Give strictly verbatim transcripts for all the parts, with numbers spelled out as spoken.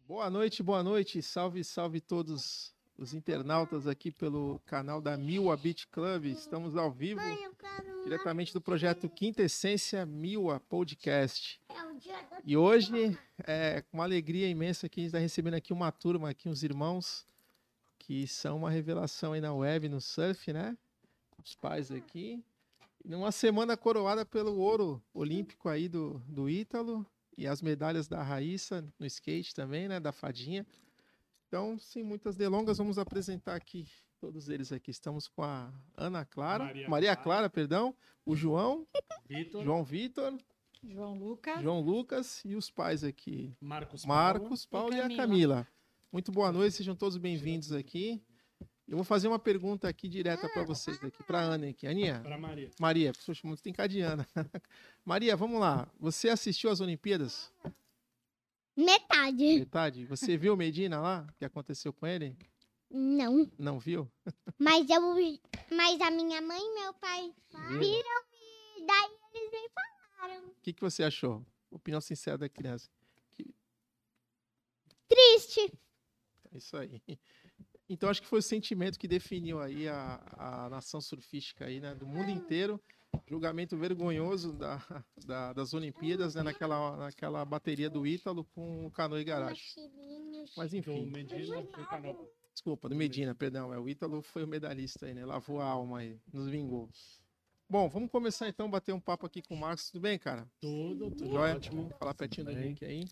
Boa noite, boa noite. Salve, salve todos os internautas aqui pelo canal da Miwa Beach Club. Estamos ao vivo, diretamente do projeto Quinta Essência Miwa Podcast. E hoje, é com uma alegria imensa que a gente está recebendo aqui uma turma, aqui uns irmãos, que são uma revelação aí na web, no surf, né? Os pais aqui. E numa semana coroada pelo ouro olímpico aí do, do Ítalo. E as medalhas da Raíssa no skate também, né? Da Fadinha. Então, sem muitas delongas, vamos apresentar aqui todos eles aqui. Estamos com a Ana Clara, Maria, Maria Clara, Clara, perdão, o João, Vitor, João Vitor, João Lucas, João Lucas e os pais aqui, Marcos, Marcos Paulo, Paulo e, e a Camila. Muito boa noite, sejam todos bem-vindos aqui. Eu vou fazer uma pergunta aqui direta para vocês aqui, para a Ana aqui. Aninha? Para Maria. Maria, poxa, muito tem Ana. Maria, vamos lá. Você assistiu às Olimpíadas? Metade. Metade? Você viu o Medina lá? O que aconteceu com ele? Não. Não viu? Mas eu, mas a minha mãe e meu pai viram e daí eles me falaram. O que, que você achou? Opinião sincera da criança. Que... Triste. É isso aí. Então, acho que foi o sentimento que definiu aí a, a nação surfística aí, né? Do mundo inteiro. Julgamento vergonhoso da, da, das Olimpíadas, né? Naquela, naquela bateria do Ítalo com o Canoa Igarashi. Mas, enfim. Do Medina, do Canoa. Desculpa, do Medina, perdão. É, o Ítalo foi o medalhista aí, né? Lavou a alma aí, nos vingou. Bom, vamos começar então a bater um papo aqui com o Marcos. Tudo bem, cara? Tudo, tudo Jóia? ótimo. Vou falar pertinho do link aí.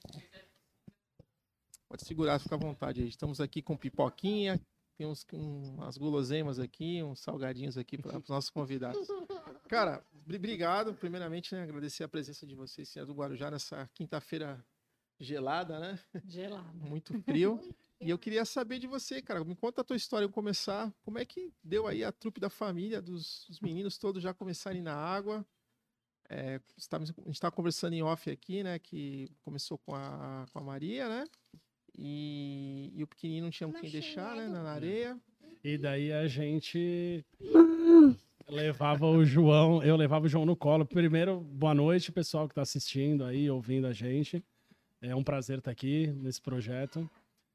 Pode segurar, fica à vontade aí. Estamos aqui com pipoquinha, tem uns, um, umas guloseimas aqui, uns salgadinhos aqui para os nossos convidados. Cara, obrigado. Primeiramente, né, agradecer a presença de vocês, senhora do Guarujá, nessa quinta-feira gelada, né? Gelada. Muito frio. E eu queria saber de você, cara. Me conta a tua história, eu começar. Como é que deu aí a trupe da família, dos, dos meninos todos já começarem na água? É, a gente está conversando em off aqui, né? Que começou com a, com a Maria, né? E, e o pequenininho não tinha quem deixar, né? Na areia. E daí a gente levava o João, eu levava o João no colo. Primeiro, boa noite, pessoal que está assistindo aí, ouvindo a gente. É um prazer estar aqui nesse projeto.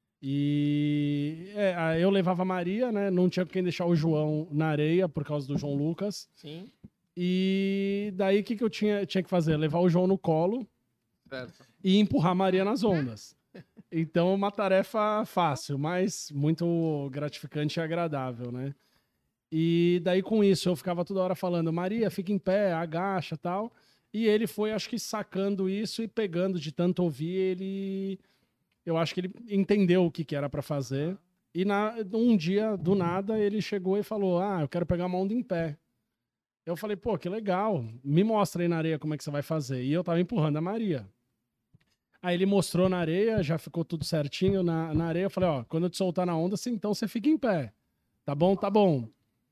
E é, eu levava a Maria, né? Não tinha quem deixar o João na areia por causa do João Lucas. Sim. E daí o que, que eu tinha, tinha que fazer? Levar o João no colo, certo, e empurrar a Maria nas ondas. Então, uma tarefa fácil, mas muito gratificante e agradável, né? E daí, com isso, eu ficava toda hora falando, Maria, fica em pé, agacha e tal. E ele foi, acho que, sacando isso e pegando de tanto ouvir, ele... Eu acho que ele entendeu o que, que era para fazer. E na, um dia, do nada, ele chegou e falou, ah, eu quero pegar uma onda em pé. Eu falei, pô, que legal. Me mostra aí na areia como é que você vai fazer. E eu tava empurrando a Maria. Aí ele mostrou na areia, já ficou tudo certinho na, na areia. Eu falei, ó, quando eu te soltar na onda, assim, então você fica em pé. Tá bom? Tá bom.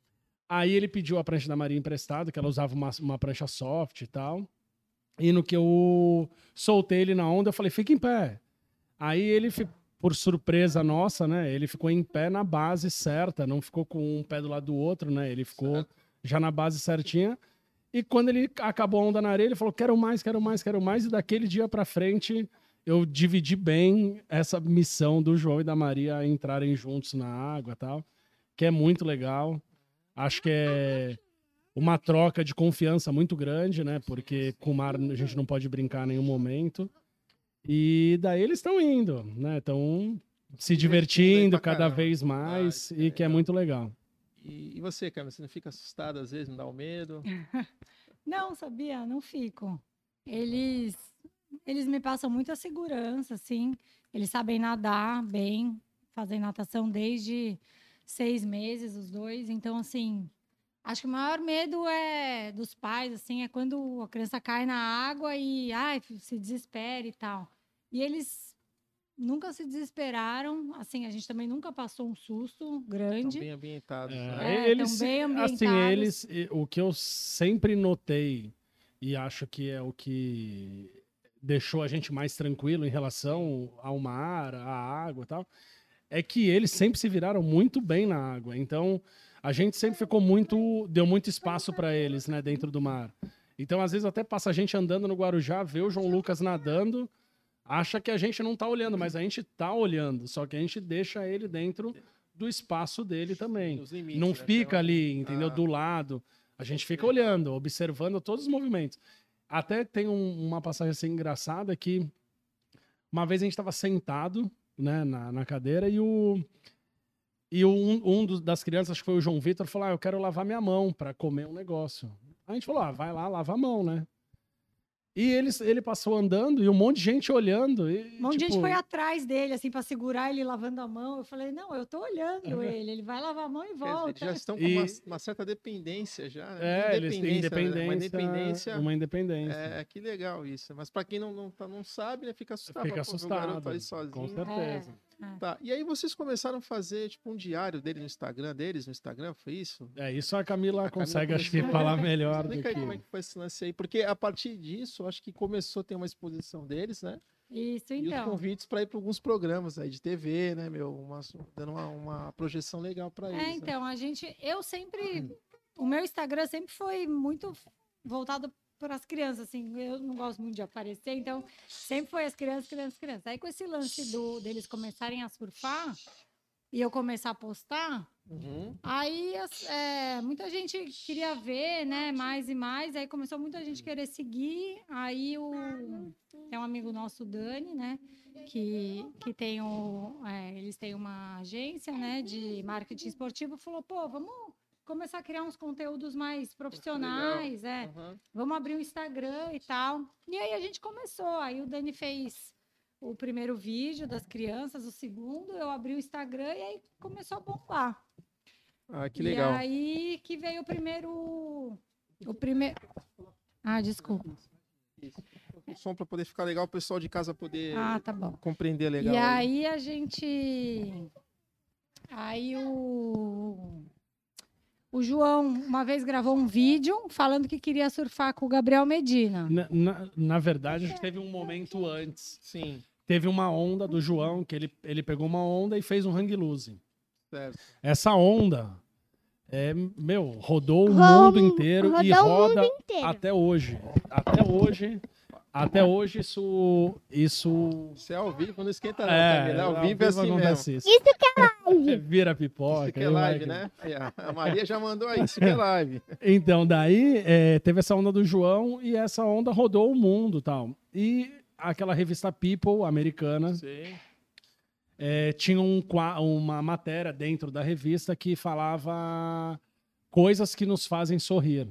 Aí ele pediu a prancha da Maria emprestada, que ela usava uma, uma prancha soft e tal. E no que eu soltei ele na onda, eu falei, fica em pé. Aí ele, por surpresa nossa, né, ele ficou em pé na base certa, não ficou com um pé do lado do outro, né, ele ficou certo, já na base certinha. E quando ele acabou a onda na areia, ele falou, quero mais, quero mais, quero mais. E daquele dia pra frente, eu dividi bem essa missão do João e da Maria entrarem juntos na água e tal, que é muito legal. Acho que é uma troca de confiança muito grande, né, porque com o mar a gente não pode brincar em nenhum momento. E daí eles estão indo, né? Estão se divertindo cada vez mais, ah, e que é muito legal. E, e você, Camila, você não fica assustada às vezes, não dá um medo? Não, sabia? Não fico. Eles, eles me passam muita segurança, assim. Eles sabem nadar bem, fazem natação desde seis meses, os dois. Então, assim, acho que o maior medo é dos pais, assim, é quando a criança cai na água e ai, se desespera e tal. E eles nunca se desesperaram, assim, a gente também nunca passou um susto grande. Estão bem ambientados. É, né? É, eles, bem ambientados. assim, eles, o que eu sempre notei, e acho que é o que deixou a gente mais tranquilo em relação ao mar, à água e tal, é que eles sempre se viraram muito bem na água. Então, a gente sempre ficou muito, deu muito espaço para eles, né, dentro do mar. Então, às vezes, até passa a gente andando no Guarujá, vê o João Lucas nadando, acha que a gente não tá olhando, mas a gente tá olhando, só que a gente deixa ele dentro do espaço dele também. Limites, não né? fica ali, entendeu? Ah. Do lado. A gente fica olhando, observando todos os movimentos. Até tem um, uma passagem assim engraçada que uma vez a gente estava sentado, né, na, na cadeira e o e um, um dos, das crianças, acho que foi o João Vitor, falou: ah, eu quero lavar minha mão para comer um negócio. A gente falou: ah, vai lá, lava a mão, né? E ele, ele passou andando e um monte de gente olhando. E, Um monte de tipo, gente foi atrás dele, assim, pra segurar ele lavando a mão. Eu falei, não, eu tô olhando ele. Ele vai lavar a mão e Quer dizer, volta. eles já estão com E- uma, uma certa dependência já. Né? É, eles têm Independência, né? Uma independência. independência. Uma independência. É, que legal isso. Mas para quem não, não, tá- não sabe, né, fica assustado. Fica Pô, meu garoto assustado. tá ali Com sozinho. certeza. Tá. E aí vocês começaram a fazer tipo um diário dele no Instagram, deles no Instagram, foi isso? É, isso a Camila A Camila consegue, acho que, começou- falar melhor do Explica aí que... como é que foi esse lance aí, porque a partir disso, acho que começou a ter uma exposição deles, né? Isso, E os então. convites para ir para alguns programas aí de T V, né, meu? Uma, dando uma, uma projeção legal para eles. É, né? então, a gente... Eu sempre... O meu Instagram sempre foi muito voltado para as crianças, assim. Eu não gosto muito de aparecer, então sempre foi as crianças, crianças, crianças. Aí com esse lance do, deles começarem a surfar e eu começar a postar... Uhum. Aí as- é, muita gente queria ver, né, mais e mais. Aí começou muita gente querer seguir. Aí o, tem um amigo nosso, o Dani, né, que, que tem o, é, eles têm uma agência, né, de marketing esportivo. Falou, pô, vamos começar a criar uns conteúdos mais profissionais, é. Uhum. Vamos abrir o Instagram e tal. E aí a gente começou. Aí o Dani fez o primeiro vídeo das crianças, o segundo, eu abri o Instagram e aí começou a bombar. Ah, que legal. E aí que veio o primeiro. O primeiro. Ah, desculpa. O som para poder ficar legal, o pessoal de casa poder Ah, tá bom. compreender legal. E aí a gente. Aí o. O João uma vez gravou um vídeo falando que queria surfar com o Gabriel Medina. Na, na, na verdade, a gente teve um momento antes. Sim, Teve uma onda do João, que ele, ele pegou uma onda e fez um hang loose. certo. Essa onda, é, meu, rodou o Rom- mundo inteiro e rodou o roda mundo inteiro. até hoje. Até hoje, até hoje isso... isso Isso é ao vivo, não esquenta não, é, Camila. Ao vivo é assim mesmo. acontece isso. Isso que é live. É, vira pipoca. Isso que é aí vai live, que- né? Aí, a- a Maria já mandou aí, isso que é live. Então, daí é, teve essa onda do João e essa onda rodou o mundo e tal. E aquela revista People, americana, Sim. é, tinha um, qua- uma matéria dentro da revista que falava coisas que nos fazem sorrir.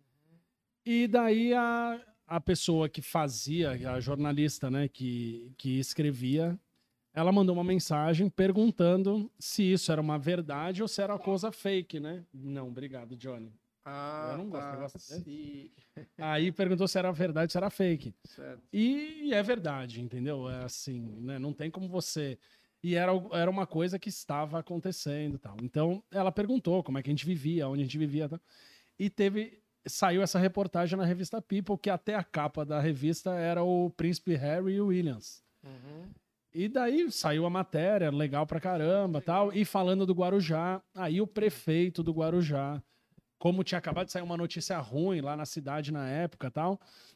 E daí a, a pessoa que fazia, a jornalista, né, que, que escrevia, ela mandou uma mensagem perguntando se isso era uma verdade ou se era uma coisa fake, né? Não, obrigado, Johnny. Ah, Eu não gosto, tá, eu gosto desse. sim. Aí perguntou se era verdade ou se era fake. Certo. E é verdade, entendeu? É assim, né? Não tem como você... E era, algo- era uma coisa que estava acontecendo e tal. Então, ela perguntou como é que a gente vivia, onde a gente vivia e tal. E teve... Saiu essa reportagem na revista People, que até a capa da revista era o príncipe Harry e o Williams. Uhum. E daí saiu a matéria, legal pra caramba, tal, e falando do Guarujá, aí o prefeito do Guarujá, como tinha acabado de sair uma notícia ruim lá na cidade na época, tal,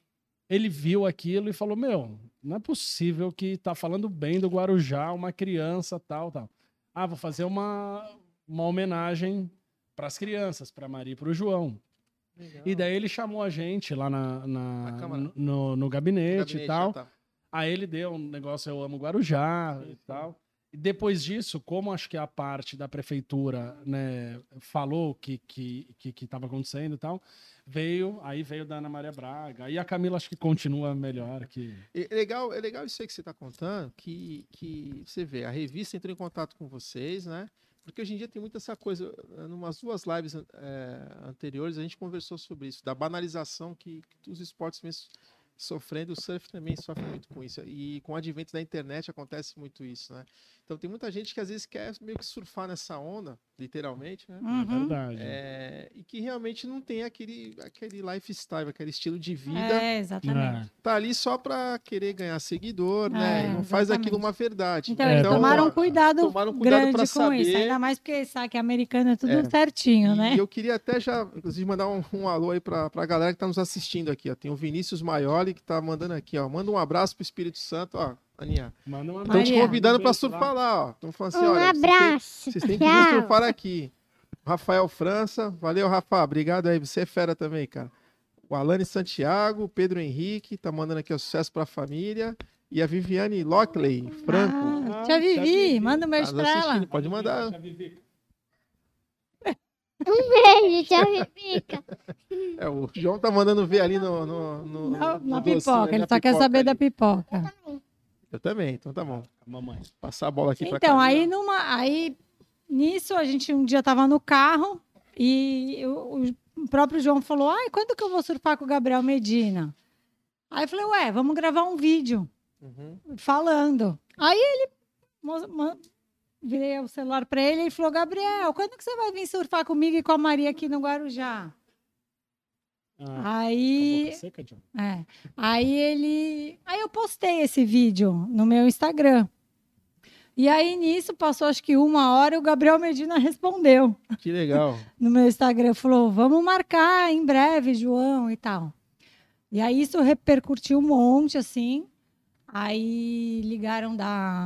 ele viu aquilo e falou: "Meu, não é possível que tá falando bem do Guarujá, uma criança, tal, tal. Ah, vou fazer uma uma homenagem para as crianças, para Maria e para o João". Legal. E daí ele chamou a gente lá na, na- Na Câmara. no, no gabinete, Gabinete, e tal. ah, tá. Aí ele deu um negócio Eu Amo Guarujá Sim, e sim. tal. E depois disso, como acho que a parte da prefeitura, né, falou que que que que estava acontecendo e tal, veio, aí veio da Ana Maria Braga. E a Camila acho que continua melhor que É legal, é legal isso aí que você está contando, que, que você vê, a revista entrou em contato com vocês, né? Porque hoje em dia tem muita essa coisa, em umas duas lives é, anteriores a gente conversou sobre isso, da banalização que, que os esportes vêm so- sofrendo, o surf também sofre muito com isso, e com o advento da internet acontece muito isso, né? Então tem muita gente que às vezes quer meio que surfar nessa onda, literalmente, né? é Uhum. verdade. É, e que realmente não tem aquele, aquele lifestyle, aquele estilo de vida, É, exatamente. É. tá ali só para querer ganhar seguidor, né? É, E não faz exatamente. aquilo uma verdade. Então, É, eles tomaram ó, cuidado, tomaram cuidado grande pra com saber. isso. Ainda mais porque sabe que americano é tudo É. certinho, E né? eu queria até já, inclusive, mandar um, um alô aí pra, pra galera que tá nos assistindo aqui, ó. Tem o Vinícius Maioli que tá mandando aqui, ó. Manda um abraço pro Espírito Santo, ó. Aninha. Manda uma Estão te Maria. convidando pra Um beijo surfar lá, ó. Estão falando assim, Um olha, abraço. vocês têm, vocês têm que vir surfar aqui. Rafael França, valeu, Rafa, obrigado aí, você é fera também, cara. O Alane Santiago, o Pedro Henrique, tá mandando aqui o sucesso pra família. E a Viviane Lockley, Franco. Ah, tia Vivi, manda um tá beijo nos pra ela. assistindo, pode mandar. Um beijo, tia Vivica. É, o João tá mandando ver ali no, no, no, Na, no na docinho, pipoca, ali ele na só quer pipoca saber ali. da pipoca. Eu também, então tá bom. Mamãe. Passar a bola aqui pra Então, cá. aí, numa, aí nisso a gente um dia tava no carro e o, o próprio João falou: ai, quando que eu vou surfar com o Gabriel Medina? Aí eu falei: ué, vamos gravar um vídeo Uhum. falando. Aí ele mo- mo- virei o celular para ele e ele falou: Gabriel, quando que você vai vir surfar comigo e com a Maria aqui no Guarujá? Ah, Aí, boca seca, John. é, aí ele, aí eu postei esse vídeo no meu Instagram. E aí nisso passou acho que uma hora e o Gabriel Medina respondeu Que legal. no meu Instagram, falou: vamos marcar em breve, João e tal. E aí isso repercutiu um monte assim. Aí ligaram da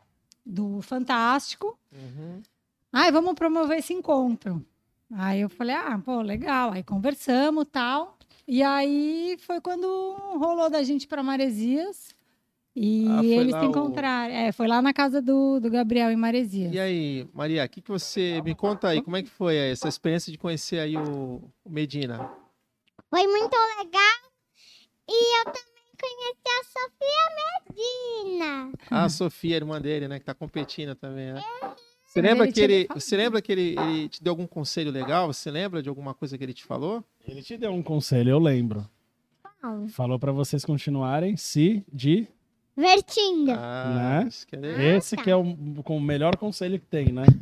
do Fantástico. Uhum. Ai, vamos promover esse encontro. Aí eu falei: ah, pô, legal. Aí conversamos, tal. E aí foi quando rolou da gente para Maresias. E Ah, foi eles lá se o- encontraram. É, foi lá na casa do, do Gabriel em Maresias. E aí, Maria, o que, que você me conta aí? Como é que foi essa experiência de conhecer aí o, o Medina? Foi muito legal. E eu também conheci a Sofia Medina. Ah, a Sofia, a irmã dele, né? Que tá competindo também, né? Você lembra Ele que te ele, falou. você lembra que ele, ele te deu algum conselho legal? Você lembra de alguma coisa que ele te falou? Ele te deu um conselho, eu lembro. Qual? Falou pra vocês continuarem se de... Vertindo. Ah, Né? isso que é legal. Esse que é o, o melhor conselho que tem, né?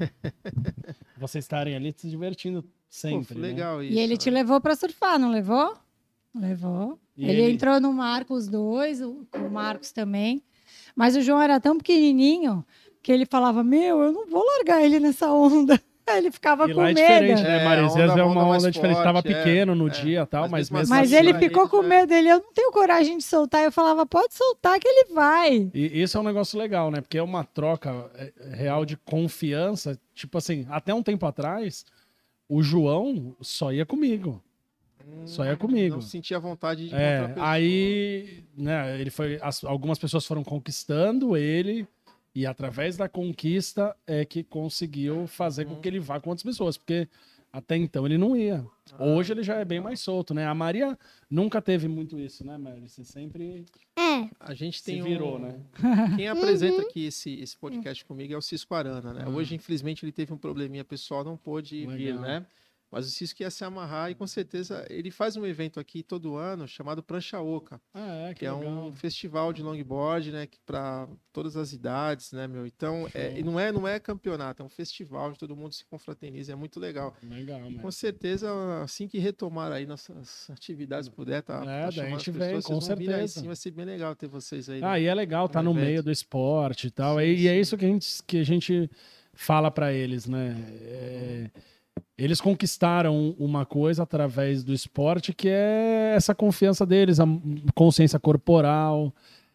Vocês estarem ali se divertindo Pô, sempre, foi né? legal isso. E ele te né? levou para surfar, não levou? Levou. E Ele, ele- entrou no Marcos dois, o, o Marcos também. Mas o João era tão pequenininho que ele falava: meu, eu não vou largar ele nessa onda. Ele ficava E com lá é medo. diferente, É, né? a Maresias onda- é a uma onda mais onda diferente. forte, Tava é, pequeno no é. dia e tal, Mas mas mesmo mesmo assim, Mas assim... ele lá ficou ele com já- medo. Ele, eu não tenho coragem de soltar. Eu falava: pode soltar que ele vai. E isso é um negócio legal, né? Porque é uma troca é, real de confiança. Tipo assim, até um tempo atrás, o João só ia comigo. Só ia comigo. Não sentia vontade de ir com É, outra pessoa. aí, né, ele foi, as- algumas pessoas foram conquistando ele e através da conquista é que conseguiu fazer com que ele vá com outras pessoas, porque até então ele não ia. Hoje ele já é bem mais solto, né? A Maria nunca teve muito isso, né, Mary? Você sempre É. A gente se tem virou, um... né? Quem apresenta aqui esse, esse podcast comigo é o Cisco Arana, né? Ah. Hoje, infelizmente, ele teve um probleminha pessoal, não pôde vir, Legal. né? Mas o Cisco ia se amarrar e, com certeza, ele faz um evento aqui todo ano chamado Prancha Oca, Ah, é, que, que é legal. um festival de longboard, né? Para todas as idades, né, meu? Então, é, Show. e não é, não é campeonato, é um festival onde todo mundo se confraterniza, é muito legal. Legal, E, mano. com certeza, assim que retomar aí nossas atividades, puder, tá? É, tá daí a chamando gente as vem, pessoas, com vocês vão vir aí certeza. sim, vai ser bem legal ter vocês aí. Ah, né? e é legal estar no no evento. meio do esporte e tal. Sim, e, e é sim. isso que a gente, que a gente fala pra eles, né? É, eles conquistaram uma coisa através do esporte que é essa confiança deles, a consciência corporal,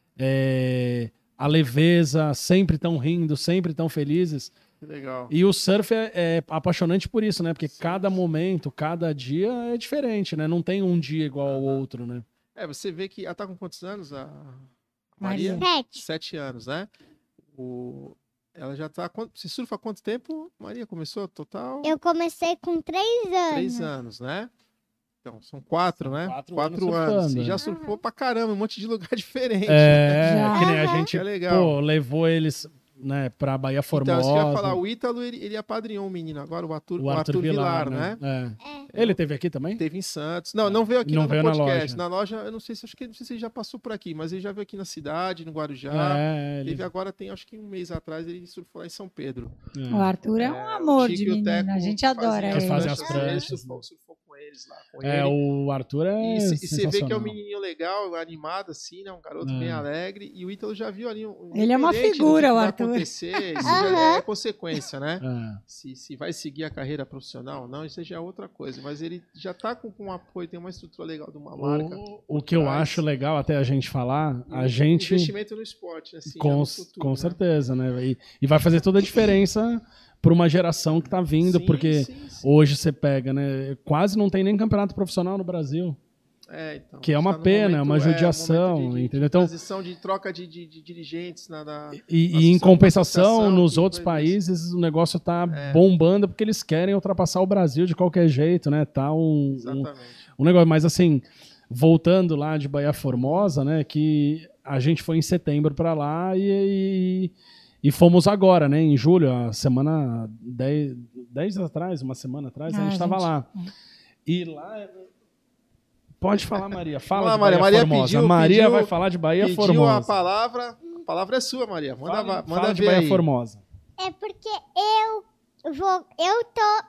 é, a leveza, sempre tão rindo, sempre tão felizes. Que legal. E o surf é, é apaixonante por isso, né? Porque cada momento, cada dia é diferente, né? Não tem um dia igual ao outro, né? É, você vê que ela tá com quantos anos? A Maria. Maria? Sete. Sete anos, né? O... Ela já tá. quant- Você surfa há quanto tempo, Maria? Começou total? Eu comecei com três anos. Três anos, né? Então, são quatro, São né? quatro Quatro anos anos. surfando, E já né? surfou pra caramba, um monte de lugar diferente. É, Já. que nem a Aham. gente É legal. pô, levou eles, né, pra Bahia Formosa. Então, isso que eu ia falar, o Ítalo, ele, ele apadrinhou um menino agora, o Arthur, o Arthur, Vilar, né? né? É. É. Ele teve aqui também? Teve em Santos. Não, não veio aqui Não no veio na podcast. loja. Na loja, eu não sei se acho que não sei se ele já passou por aqui, mas ele já veio aqui na cidade, no Guarujá. É, ele... Teve agora, tem acho que um mês atrás, ele surfou lá em São Pedro. O Arthur é um É, amor o Chico de e o menino. Teco A gente adora fazem Eles ele. fazem as pranchas, ele pranchas, surfou, surfou com ele eles lá com É, ele. o Arthur é E, e você vê que é um sensacional. menininho legal, animado, assim, né? Um garoto É. bem alegre. E o Ítalo já viu ali um. Ele é uma independente do figura, que o vai Arthur. acontecer, isso já é consequência, né? É. Se, se vai seguir a carreira profissional ou não, isso já é outra coisa. Mas ele já tá com, com um apoio, tem uma estrutura legal de uma marca. O, o que eu trás. acho legal até a gente falar, E a o gente... investimento no esporte, assim, Com, é no futuro, com né? certeza, né? E, e vai fazer toda a diferença para uma geração que tá vindo, Sim, porque sim, sim. hoje você pega, né? Quase não tem nem campeonato profissional no Brasil. É, então, Que é a gente uma tá num pena, é momento- uma um judiação, momento de- de- entendeu? De Então- transição de troca de, de- de dirigentes na, na, E, na e em associação- compensação, associação nos que outros proíbe isso. países, o negócio tá É. bombando porque eles querem ultrapassar o Brasil de qualquer jeito, né? Tá um, um, Exatamente. um negócio. Mas assim, voltando lá de Baía Formosa, né? Que a gente foi em setembro para lá e, e, e fomos agora, né? Em julho, a semana dez, dez atrás, uma semana atrás, a Ah, gente estava gente- lá. E lá. Pode falar, Maria. Fala Vamos lá, de Baía Maria. Maria Formosa. pediu- Maria pediu- vai falar de Baía Pediu Formosa. a palavra, a palavra é sua, Maria. Manda, Fala, va- manda fala de ver Baía aí. Formosa. É porque eu vou. Eu tô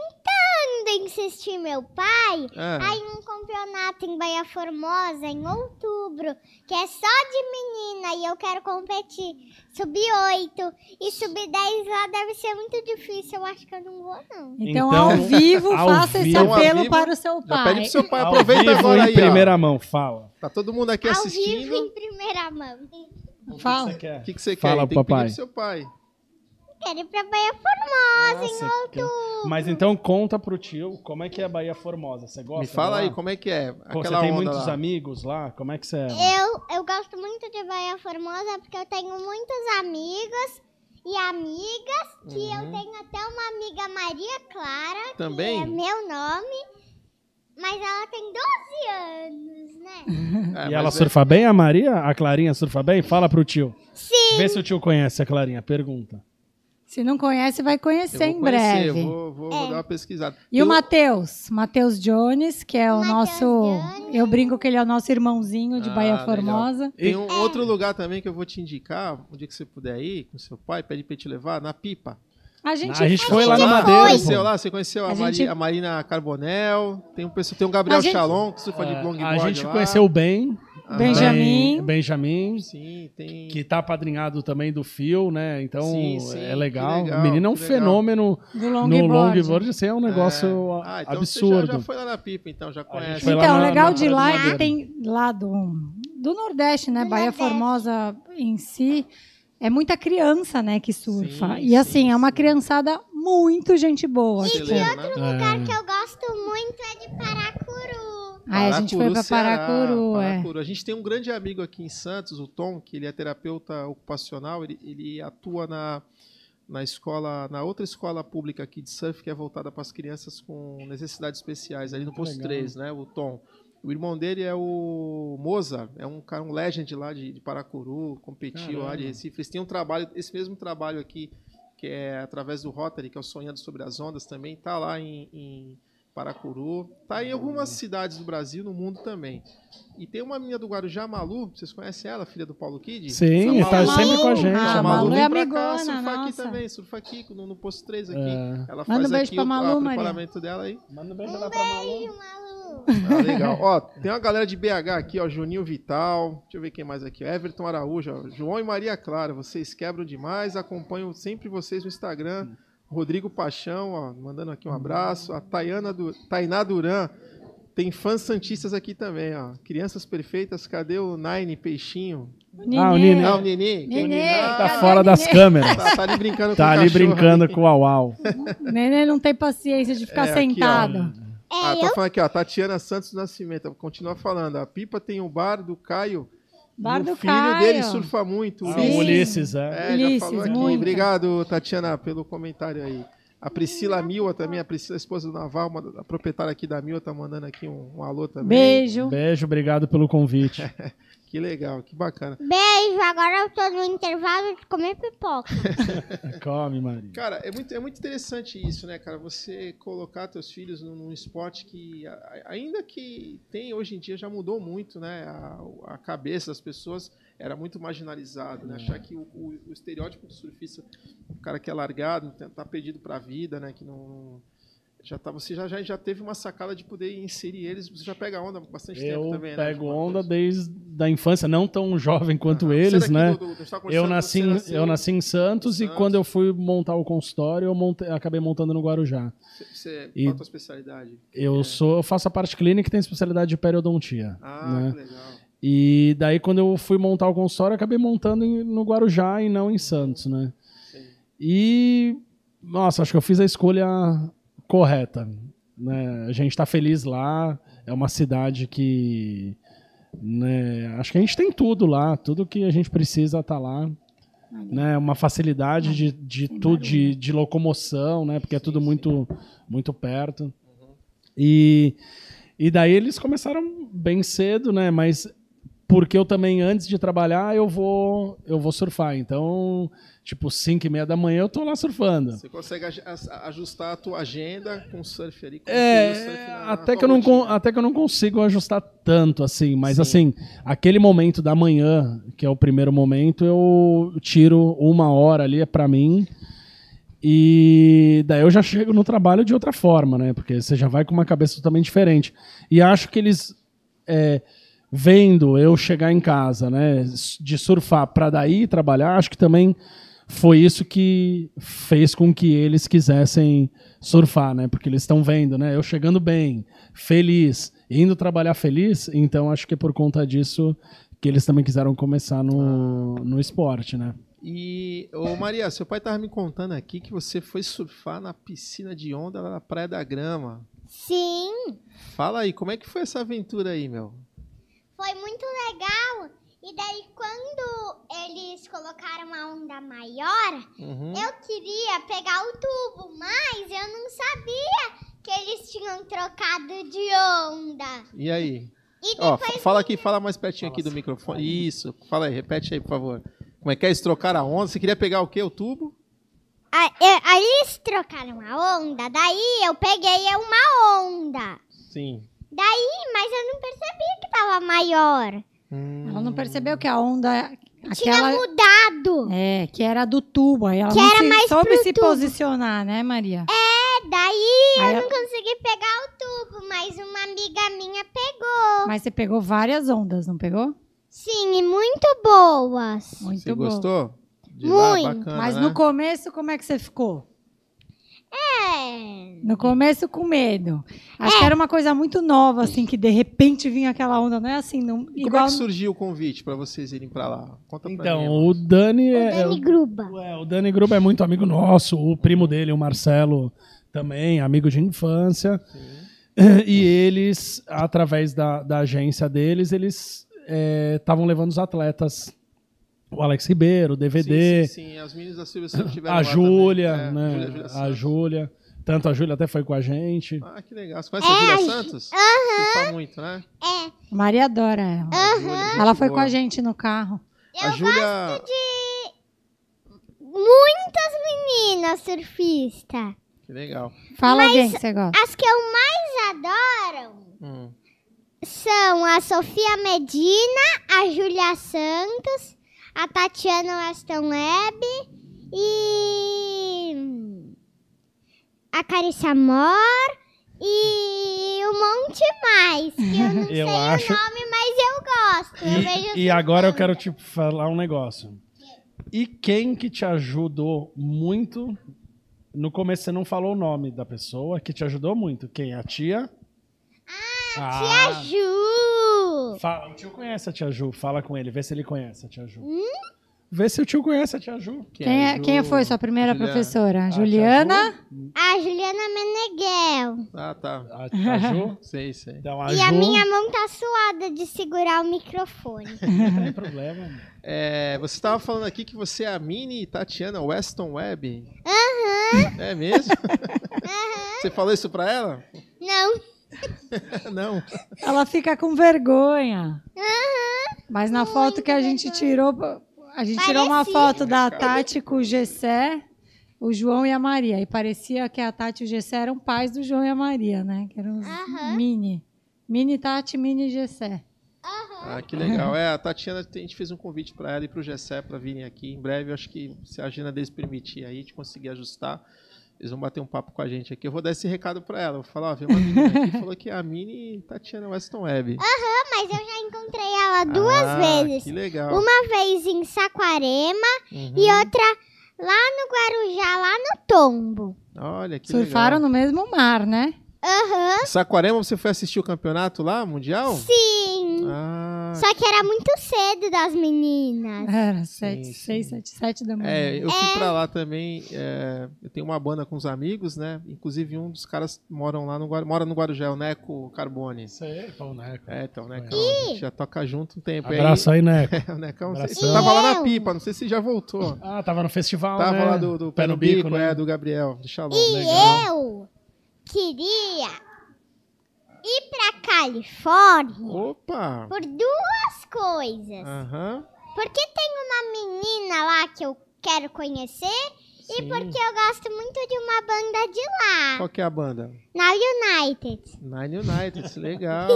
tentando insistir meu pai É. a ir num campeonato em Baía Formosa em outubro, que é só de menina e eu quero competir. Subir oito e subir dez lá deve ser muito difícil. Eu acho que eu não vou, não. Então, Então, ao vivo, ao faça esse vivo- Ao apelo vivo, para o seu Já pede pai. pro seu pai. Ao Aproveita vivo, agora em aí, primeira ó. mão, fala. Tá todo mundo aqui Ao vivo assistindo. em primeira mão. Fala. O O que, que você quer? Fala aí? pro Tem que papai. pedir pro seu pai. Quero ir pra Baía Formosa Nossa, em que- outubro. Mas então conta pro tio como é que é a Baía Formosa. Você gosta? Me fala de aí, lá? como é que é? Pô, Aquela você tem onda muitos lá. amigos lá? Como é que você é? Eu, eu gosto muito de Baía Formosa porque eu tenho muitos amigos e amigas, que Uhum. eu tenho até uma amiga Maria Clara, Também? que é meu nome, mas ela tem doze anos, né? É, E ela mas é- surfa bem, a Maria? A Clarinha surfa bem? Fala pro tio. Sim. Vê se o tio conhece a Clarinha. Pergunta. Se não conhece, vai eu conhecer vou em conhecer, breve. Vou, vou, vou É. dar uma pesquisada. E o Eu- Matheus? Matheus Jones, que é o Matheus nosso... Jones. Eu brinco que ele é o nosso irmãozinho de Ah, Baía legal. Formosa. Tem um outro lugar também que eu vou te indicar, um dia que você puder ir com seu pai, pede pra ele te levar, na Pipa. A gente, A gente foi lá gente na foi. Madeira. Conheceu pô. lá? Você conheceu a, A Mari- gente- a Marina Carbonel, tem um, pessoal- tem um Gabriel A gente- Chalon, que surfa de É, longboard a gente lá. conheceu o Ben. Aham. Benjamin. Ben- Benjamin. Sim, tem... Que tá apadrinhado também do Phil, né? Então Sim, sim, é que legal. legal, O menino é um que legal. fenômeno do no longboard. longboard. Isso é um negócio É. Ah, então absurdo. Você já, já foi lá na Pipa, então, já conhece. foi lá Então, na- legal na de Praia do lá é Madeira. que tem lá do, do Nordeste, né? Do Baía Nordeste. Formosa em si, é muita criança, né, que surfa. Sim, e assim, sim, é uma sim. criançada muito gente boa. Você tipo, lembra, né? Outro lugar que eu gosto muito é de Paracuru. Aí a gente foi pra Ceará, Paracuru, é. Paracuru. A gente tem um grande amigo aqui em Santos, o Tom, que ele é terapeuta ocupacional, ele, ele atua na, na escola, na outra escola pública aqui de surf, que é voltada para as crianças com necessidades especiais, ali no Posto Legal. três, né, o Tom. O irmão dele é o Moza, é um cara, um legend lá de, de Paracuru, competiu lá de Caramba. Recife. Eles têm um trabalho, esse mesmo trabalho aqui, que é através do Rotary, que é o Sonhando sobre as Ondas também, tá lá em, em Paracuru. Tá em algumas cidades do Brasil, no mundo também. E tem uma menina do Guarujá, Malu, vocês conhecem ela, filha do Paulo Kid? Sim, Essa tá Malu- sempre com a gente. Ah, a a Malu Malu. é vem pra cá, amigona, surfa aqui nossa. também, surfa aqui no, no Posto três aqui. É. Ela Manda faz um beijo aqui pra o, Malu, a- o Maria. preparamento dela aí. Manda um beijo lá pra Malu. Beijo, Malu. Ah, legal. Ó, tem uma galera de B H aqui, ó, Juninho Vital, deixa eu ver quem mais aqui, ó, Everton Araújo, ó, João e Maria Clara, vocês quebram demais, acompanho sempre vocês no Instagram. Rodrigo Paixão, ó, mandando aqui um abraço. A Tayana du... Tainá Duran, tem fãs santistas aqui também, ó. Crianças perfeitas, cadê o Nine Peixinho? Ah, o Nenê. Ah, o Nenê. que é o Nenê, Nenê? Tá cadê fora o das Nenê? câmeras. Tá, tá ali brincando Tá com o ali cachorro brincando ali. com o Au Au. Nenê não tem paciência de ficar É, aqui, ó. sentado. Ah, É, tá eu falando aqui, ó, Tatiana Santos do Nascimento. Continua falando. A Pipa tem o bar do Caio. Bar e do o filho Caio. dele surfa muito. Ah, Sim. o Ulisses, é. É, Ulisses, já falou aqui. muito. Obrigado, Tatiana, pelo comentário aí. A Priscila Mila também, a Priscila, a esposa do Naval, uma, a proprietária aqui da Mila, tá mandando aqui um, um alô também. Beijo. Beijo, obrigado pelo convite. Que legal, que bacana. Beijo, agora eu tô no intervalo de comer pipoca. Come, Maria. Cara, é muito, é muito interessante isso, né, cara? Você colocar teus filhos num, num esporte que, a- a- ainda que tem hoje em dia, já mudou muito, né? A, a cabeça das pessoas era muito marginalizado, né? Achar que o, o- o estereótipo do surfista, o cara que é largado, tá perdido pra vida, né? Que não... Já tá, você já, já, já teve uma sacada de poder inserir eles, você já pega onda há bastante tempo eu também, né? né? Eu pego onda desde a infância, não tão jovem quanto ah, eles, né? Do, do, do, eu, nasci, nasceu, eu nasci em Santos, Santos e quando eu fui montar o consultório, eu montei, acabei montando no Guarujá. Você, e qual a tua especialidade? Eu, é? sou, eu faço a parte clínica e tenho especialidade de periodontia. Ah, né? que legal. E daí, quando eu fui montar o consultório, eu acabei montando em, no Guarujá e não em Santos, né? Sim. E, nossa, acho que eu fiz a escolha correta. Né? A gente tá feliz lá, é uma cidade que... Né, acho que a gente tem tudo lá, tudo que a gente precisa tá lá. Né, uma facilidade de, de, tu, de, de locomoção, né, porque é tudo muito, muito perto. E, e daí eles começaram bem cedo, né, mas porque eu também, antes de trabalhar, eu vou, eu vou surfar. Então, tipo, cinco e meia da manhã eu tô lá surfando. Você consegue ajustar a tua agenda com o surf ali? Com é, o surf na, até, na que eu não, rotina. até que eu não consigo ajustar tanto, assim. Mas, Sim. assim, aquele momento da manhã, que é o primeiro momento, eu tiro uma hora ali, é pra mim. E daí eu já chego no trabalho de outra forma, né? Porque você já vai com uma cabeça totalmente diferente. E acho que eles... É, vendo eu chegar em casa, né, de surfar para daí trabalhar, acho que também foi isso que fez com que eles quisessem surfar, né, porque eles estão vendo, né, eu chegando bem, feliz, indo trabalhar feliz, então acho que é por conta disso que eles também quiseram começar no, no esporte, né. E, ô Maria, seu pai estava me contando aqui que você foi surfar na piscina de onda lá na Praia da Grama. Sim. Fala aí, como é que foi essa aventura aí, meu? Foi muito legal. E daí, quando eles colocaram a onda maior, uhum. eu queria pegar o tubo, mas eu não sabia que eles tinham trocado de onda. E aí? E Ó, depois... fala aqui, fala mais pertinho aqui do microfone. Isso, fala aí, repete aí, por favor. Como é que é? Eles trocaram a onda? Você queria pegar o quê? O tubo? Aí eles trocaram a onda, daí eu peguei uma onda. Sim. Daí, mas eu não percebi que tava maior. Hum. Ela não percebeu que a onda... Tinha aquela, mudado. É, que era do tubo. Aí ela Que não era se, mais soube pro se tubo. posicionar, né, Maria? É, daí Aí eu ela- não consegui pegar o tubo, mas uma amiga minha pegou. Mas você pegou várias ondas, não pegou? Sim, e muito boas. Muito Você bom. gostou? De lá? Muito. Bacana, Mas né? no começo, como é que você ficou? É. No começo, com medo. Acho É. que era uma coisa muito nova, assim, que de repente vinha aquela onda. Não é assim, não, E como igual... é que surgiu o convite para vocês irem para lá? Conta pra Então, mim. o Dani O é... Dani Gruba. É, o Dani Gruba é muito amigo nosso, o primo dele, o Marcelo, também, amigo de infância. Sim. E eles, através da, da agência deles, eles estavam levando os atletas, o Alex Ribeiro, o D V D, Sim, sim, sim. As meninas da Silvia Santos tiveram a lá Júlia, também. É, né? Júlia, Júlia a Santos. Júlia. Tanto a Júlia até foi com a gente. Ah, que legal. Você conhece a Júlia Santos? Aham. Surfa muito, né? É. Maria adora ela. A Júlia, gente Ela foi boa. com a gente no carro. A Eu Júlia... gosto de muitas meninas surfistas. Que legal. Fala Mas- alguém que você gosta. As que eu mais adoro Hum. são a Sofia Medina, a Júlia Santos, a Tatiana Weston Webb e a Carissa Amor e um monte mais, que eu não Eu sei acho- o nome, mas eu gosto. Eu vejo E, e agora eu surfando. quero te falar um negócio. E quem que te ajudou muito? No começo você não falou o nome da pessoa que te ajudou muito. Quem? A tia? Ah, Tia Ju! Fa- O tio conhece a tia Ju. Fala com ele, vê se ele conhece a tia Ju. Hum? Vê se o tio conhece a tia Ju. Quem, é, Ju? quem foi sua primeira Juliana. professora? A Juliana? tia Ju? A Juliana Meneghel. Ah, tá. A tia Ju? Sei, sei. Então, a E Ju... a minha mão tá suada de segurar o microfone. Não tem problema. É, você estava falando aqui que você é a Mini Tatiana Weston Webb. Aham. É mesmo? Você falou isso pra ela? Não. Não. Ela fica com vergonha. Mas na foto que a gente tirou, a gente tirou uma Parecia. foto da Tati com o Gessé, o João e a Maria. E parecia que a Tati e o Gessé eram pais do João e a Maria, né? Que eram os Aham. mini. Mini Tati, mini Gessé. Ah, que legal. É, a Tatiana, a gente fez um convite para ela e para o Gessé para virem aqui em breve. Eu acho que se a agenda deles permitir aí, a gente conseguir ajustar. Eles vão bater um papo com a gente aqui. Eu vou dar esse recado pra ela. Eu vou falar, ó, vem uma menina aqui que falou que é a Mini Tatiana Weston Webb. Aham, uhum, mas eu já encontrei ela duas ah, vezes. Que legal. Uma vez em Saquarema uhum. e outra lá no Guarujá, lá no Tombo. Olha, que Surfaram legal. no mesmo mar, né? Aham. Uhum. Saquarema, você foi assistir o campeonato lá, mundial? Sim. Ah, Só que era muito cedo das meninas. Era sete, sim. seis, sete, sete da manhã. É, eu fui É. pra lá também. É, eu tenho uma banda com os amigos, né? Inclusive um dos caras moram lá no Guarujá, mora no Guarujá, o Neco Carbone. Isso aí, pô, Neco. É, então, Necão, a gente já toca junto um tempo. Abraço aí, Neco. É, o Necão, não sei se Abração. tava lá na Eu? pipa, não sei se já voltou. Ah, tava no festival, Tava né? lá do, do Pé no Bico, né? Do Gabriel, de Shalom. E Legal. eu queria ir pra Califórnia Opa! por duas coisas. Aham. Porque tem uma menina lá que eu quero conhecer e Sim. porque eu gosto muito de uma banda de lá, Qual que é a banda? na United. Nine United, legal.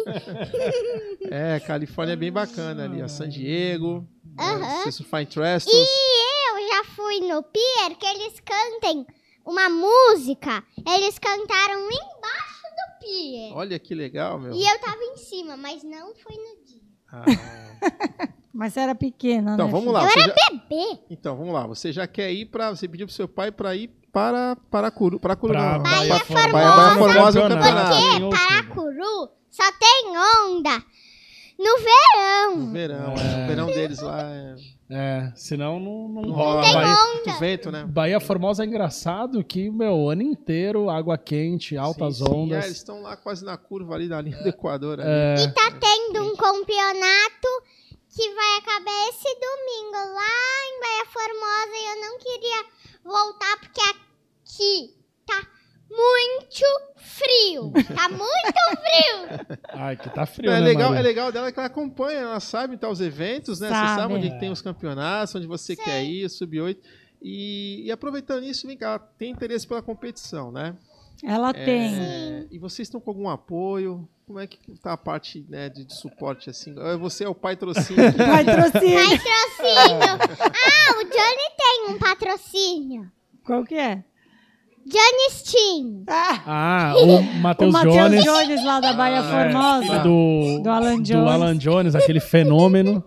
É, Califórnia é bem bacana ali, ó. San Diego, Aham. né, Fine Trestles. E eu já fui no pier que eles cantem uma música. Eles cantaram embaixo do pier. Olha que legal, meu. E eu tava em cima, mas não foi no dia. Ah. Mas você era pequena, Então, né? vamos filha? lá. Eu Você era já... bebê. Então, vamos lá. Você já quer ir para... Você pediu pro seu pai para ir para Paracuru. Paracuru Pra não. Bahia Bahia Formosa. Bahia Formosa é um campeonato. Em Porque outubro. Paracuru só tem onda no verão. No verão. É. O verão deles lá é... É, senão não, não, Não rola. rola. Bahia, Muito vento, né? Bahia Formosa é engraçado que, meu, o ano inteiro, água quente, altas Sim, sim. ondas. É, eles estão lá quase na curva ali da linha do Equador. Ali. É, E tá tendo um campeonato que vai acabar esse domingo lá em Bahia Formosa e eu não queria voltar porque aqui tá muito frio. Tá muito frio. ai, que tá frio, Não, é, né, legal, Maria? é legal dela que ela acompanha, ela sabe tá, os eventos, né? Você Sabe. sabe onde É. tem os campeonatos, onde você quer ir, sub oito. E, e aproveitando isso, vem cá, ela tem interesse pela competição, né? Ela É, tem. e vocês estão com algum apoio? Como é que tá a parte, né, de, de suporte assim? Você é o pai trocínio aqui. Patrocínio. Patrocínio. Ah, o Johnny tem um patrocínio. Qual que é? Johnny Steam. Ah, Ah, o o Matheus Matheus Jones, Jones lá da Bahia é, Formosa. filho do, Do Alan do Jones. Alan Jones, aquele fenômeno.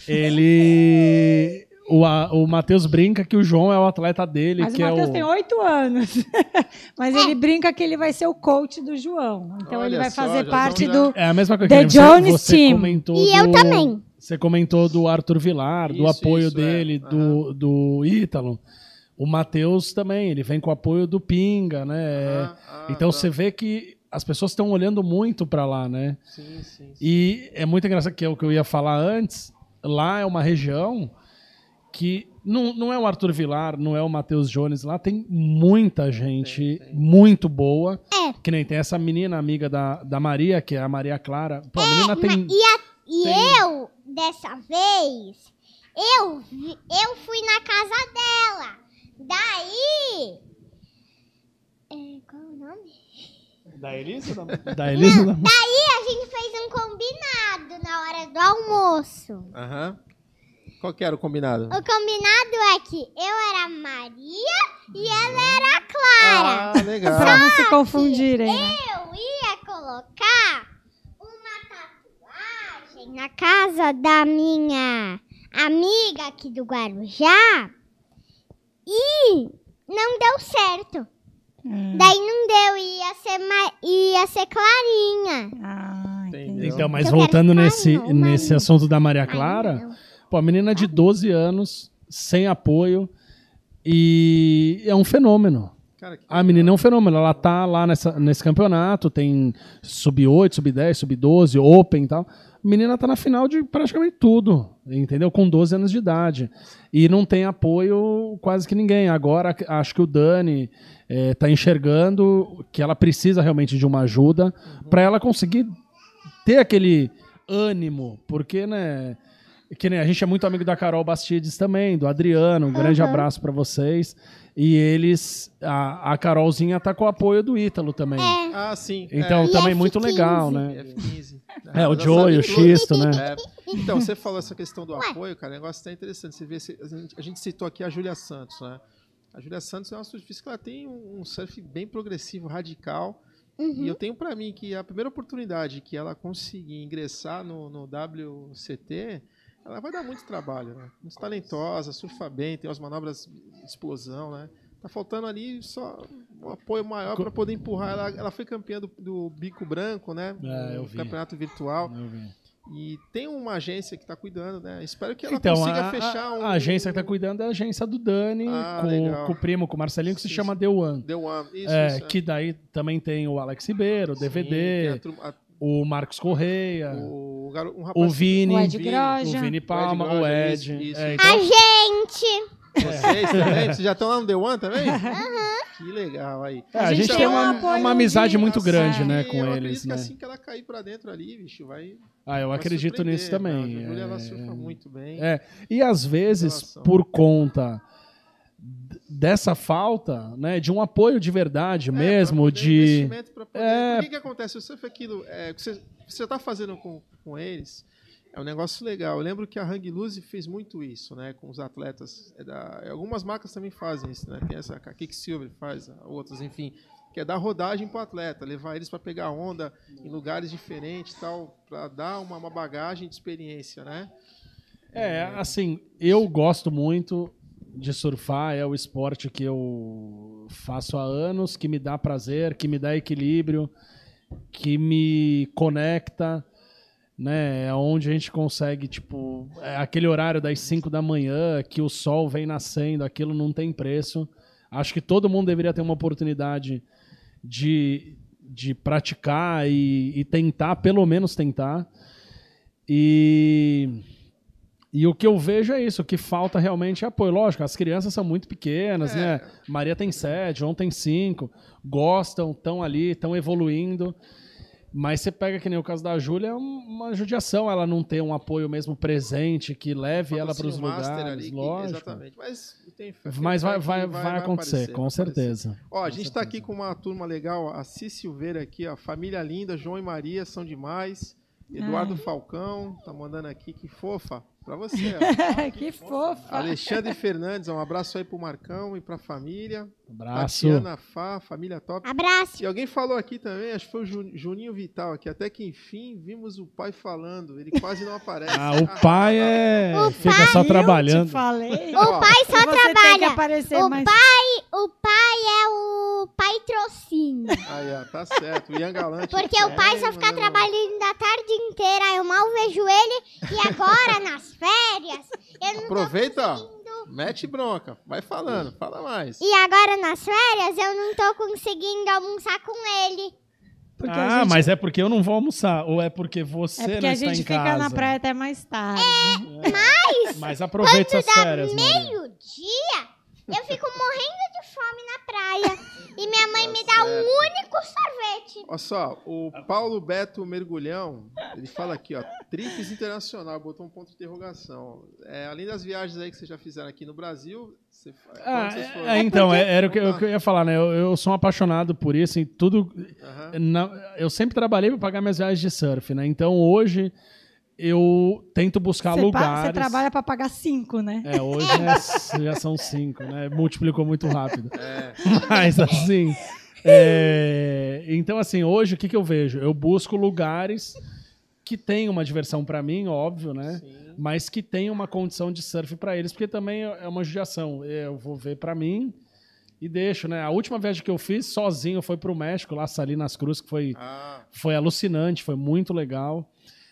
Ele... O, a- o Matheus brinca que o João é o atleta dele, Mas que o é Matheus o... tem oito anos. Mas ele brinca que ele vai ser o coach do João. Então ele Olha vai só, fazer já parte estão do. É a mesma coisa The que você, Jones você Team. comentou E do, eu também. Você comentou do Arthur Vilar, do Isso, apoio isso, é. dele, do, do Ítalo. O Matheus também, ele vem com o apoio do Pinga, né? Ah, ah, então tá. você vê que as pessoas estão olhando muito para lá, né? Sim, sim, sim. E é muito engraçado que é o que eu ia falar antes. Lá é uma região que não, não é o Arthur Vilar, não é o Matheus Jones. Lá tem muita gente Tem, tem. muito boa. É. Que nem tem essa menina amiga da, da Maria, que é a Maria Clara. Pô, a menina tem... E, a- e Tem- eu, dessa vez, eu, vi- eu fui na casa dela. Daí... É, qual é o nome? Da Elisa? Da, da Elisa? da- Daí a gente fez um combinado na hora do almoço. Aham. Qual que era o combinado? O combinado é que eu era a Maria e ela era a Clara. Ah, legal. Pra não se confundirem. Né? Eu ia colocar uma tatuagem na casa da minha amiga aqui do Guarujá e não deu certo. Hum. Daí não deu, ia ser, ma- ia ser Clarinha. Ah, entendi. Entendeu? Então, mas Eu quero voltando falar, nesse, não, mas- nesse assunto da Maria Ai, Clara, não. pô, a menina de doze anos, sem apoio, e é um fenômeno. Cara, que A menina é um fenômeno. Ela tá lá nessa, nesse campeonato, tem sub oito, sub dez, sub doze, Open e tal. A menina tá na final de praticamente tudo, entendeu? Com doze anos de idade. E não tem apoio quase que ninguém. Agora, acho que o Dani é, tá enxergando que ela precisa realmente de uma ajuda para ela conseguir ter aquele ânimo. Porque, né... Que nem a gente é muito amigo da Carol Bastides também, do Adriano. Um grande Aham. abraço para vocês. E eles... A, a Carolzinha tá com o apoio do Ítalo também. É, Ah, sim. Então, E também F muito quinze. legal, é, né? F quinze. É, o Já Joey, sabe o tudo. Xisto, né? É. Então, você falou essa questão do apoio, cara, o negócio tá interessante. Você vê, se- a gente, a gente citou aqui a Júlia Santos, né? A Júlia Santos é uma surfista que ela tem um surf bem progressivo, radical. Uhum. E eu tenho para mim que a primeira oportunidade que ela conseguir ingressar no, no W C T, ela vai dar muito trabalho, né? Muito talentosa, surfa bem, tem umas manobras de explosão, né? Tá faltando ali só um apoio maior para poder empurrar. Ela, ela foi campeã do, do Bico Branco, né? É, eu no vi. campeonato virtual. Eu vi. E tem uma agência que está cuidando, né? Espero que ela Então, consiga a, fechar um... a agência que está cuidando é a agência do Dani, Ah, com, legal. com o primo, com o Marcelinho, que se Sim, chama sim. The One. The One, isso, É, isso, é. que daí também tem o Alex Ribeiro, o D V D, Sim, tem a turma- a- o Marcos Correia, o, garo- um rapaz o Vini, O Ed Vini, Groja. o Vini Palma, Groja, o Ed. isso, isso. É, A então, gente! Vocês também? Vocês já estão lá no The One também? Que legal aí. é, a A gente gente tem tem um uma, apoio uma amizade de- muito grande, É. né, E com eu eles, acredito que né? assim que ela cair pra dentro ali, bicho, vai... Ah, eu vai acredito surpreender, nisso também. né? A Júlia, ela é, surfa muito bem. é. E às vezes, Relação. por conta d- dessa falta, né, de um apoio de verdade É, mesmo, pra poder de... investimento pra poder- É. Por que que acontece? O surf é aquilo, é, que você, você tá fazendo com, com eles, é um negócio legal. Eu lembro que a Hang Loose fez muito isso, né, com os atletas. É da, algumas marcas também fazem isso, né? Tem essa, a Kicksilver faz, outras, enfim, que é dar rodagem pro atleta, levar eles para pegar onda em lugares diferentes, tal, para dar uma, uma bagagem de experiência, né? É, assim, eu gosto muito de surfar, é o esporte que eu faço há anos, que me dá prazer, que me dá equilíbrio, que me conecta, né? É onde a gente consegue, tipo, é aquele horário das cinco da manhã, que o sol vem nascendo, aquilo não tem preço. Acho que todo mundo deveria ter uma oportunidade de, de praticar e, e tentar, pelo menos tentar. E... E o que eu vejo é isso, o que falta realmente é apoio. Lógico, as crianças são muito pequenas, É. né? Maria tem sete, João tem cinco, gostam, estão ali, estão evoluindo. Mas você pega que nem o caso da Júlia, é um- uma judiação ela não ter um apoio mesmo presente, que leve ela para os Patrocínio master lugares, ali, que- lógico. Exatamente. Mas tem fé. Mas vai, que vai, vai, acontecer, aparecer, com vai aparecer. certeza. Ó, a Com gente certeza. tá aqui com uma turma legal, a Cis Silveira aqui, ó, família linda, João e Maria são demais. Eduardo Ai. Falcão tá mandando aqui, que fofa, pra você. Ó. Que fofa. Alexandre Fernandes, ó, um abraço aí pro Marcão e pra família. Abraço. Tatiana Fá, família top. Abraço! E alguém falou aqui também, acho que foi o Ju- Juninho Vital aqui, até que enfim vimos o pai falando, ele quase não aparece. Ah, o pai é. O Fica pai, só Eu trabalhando. te falei. O pai só que você tem que trabalha. aparecer O mais. pai, o pai é o patrocínio. Aí, ó, tá certo, o Ian Galante. Porque o pai só fica mandando- trabalhando a tarde inteira. Eu mal vejo ele. E agora, nas férias, eu não tô Aproveita, ó, conseguindo. mete bronca, vai falando, fala mais. E agora, nas férias, eu não tô conseguindo almoçar com ele. Porque a Ah, gente, mas é porque eu não vou almoçar, ou é porque você é porque não a está gente em fica casa? na praia até mais tarde. Mas aproveite suas férias, Maria. Meio-dia, eu fico morrendo de fome na praia. E minha mãe Tá me dá um certo. único sorvete. Olha só, o Paulo Beto Mergulhão, ele fala aqui, ó, Trips Internacional, botou um ponto de interrogação. É, além das viagens aí que vocês já fizeram aqui no Brasil, você, Ah, quando vocês foram- é, então, porque- é- era o que, eu- o que eu ia falar, né? Eu, eu sou um apaixonado por isso e tudo. Aham. na- eu sempre trabalhei para pagar minhas viagens de surf, né? Então hoje eu tento buscar Você, pa- lugares. você trabalha pra pagar cinco, né? É, hoje é- já são cinco, né? Multiplicou muito rápido. É, Mas assim. é, Então, assim, hoje o que, que eu vejo? Eu busco lugares que tenham uma diversão para mim, óbvio, né? sim. Mas que tenham uma condição de surf para eles, porque também é uma judiação. Eu vou ver para mim e deixo, né? A última viagem que eu fiz sozinho foi pro México, lá Salinas Cruz, que foi, Ah, foi alucinante, foi muito legal.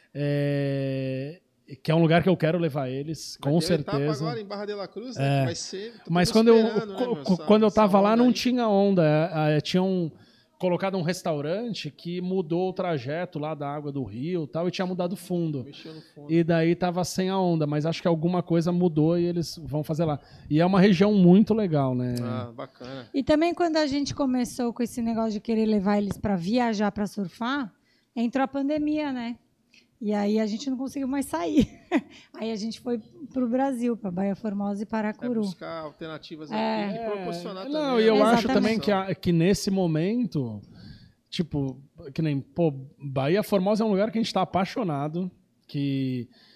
É, Que é um lugar que eu quero levar eles, vai com ter etapa certeza. agora em Barra de la Cruz, né? É. Vai ser. tô Mas todo quando eu, esperando, né, co- meu, co- essa- quando eu essa tava lá, onda não aí. tinha onda. É, é, tinham colocado um restaurante que mudou o trajeto lá da água do rio e tal, e tinha mudado o fundo. Mexeu no fundo. E daí tava sem a onda, mas acho que alguma coisa mudou e eles vão fazer lá. E é uma região muito legal, né? Ah, bacana. E também quando a gente começou com esse negócio de querer levar eles para viajar para surfar, entrou a pandemia, né? E aí a gente não conseguiu mais sair. Aí a gente foi pro Brasil, para Baía Formosa e Vai Paracuru. buscar alternativas É. aqui e proporcionar É, também. não, e eu a acho Exatamente. também que, a- que nesse momento, tipo, que nem, pô, Bahia Formosa é um lugar que a gente tá apaixonado, que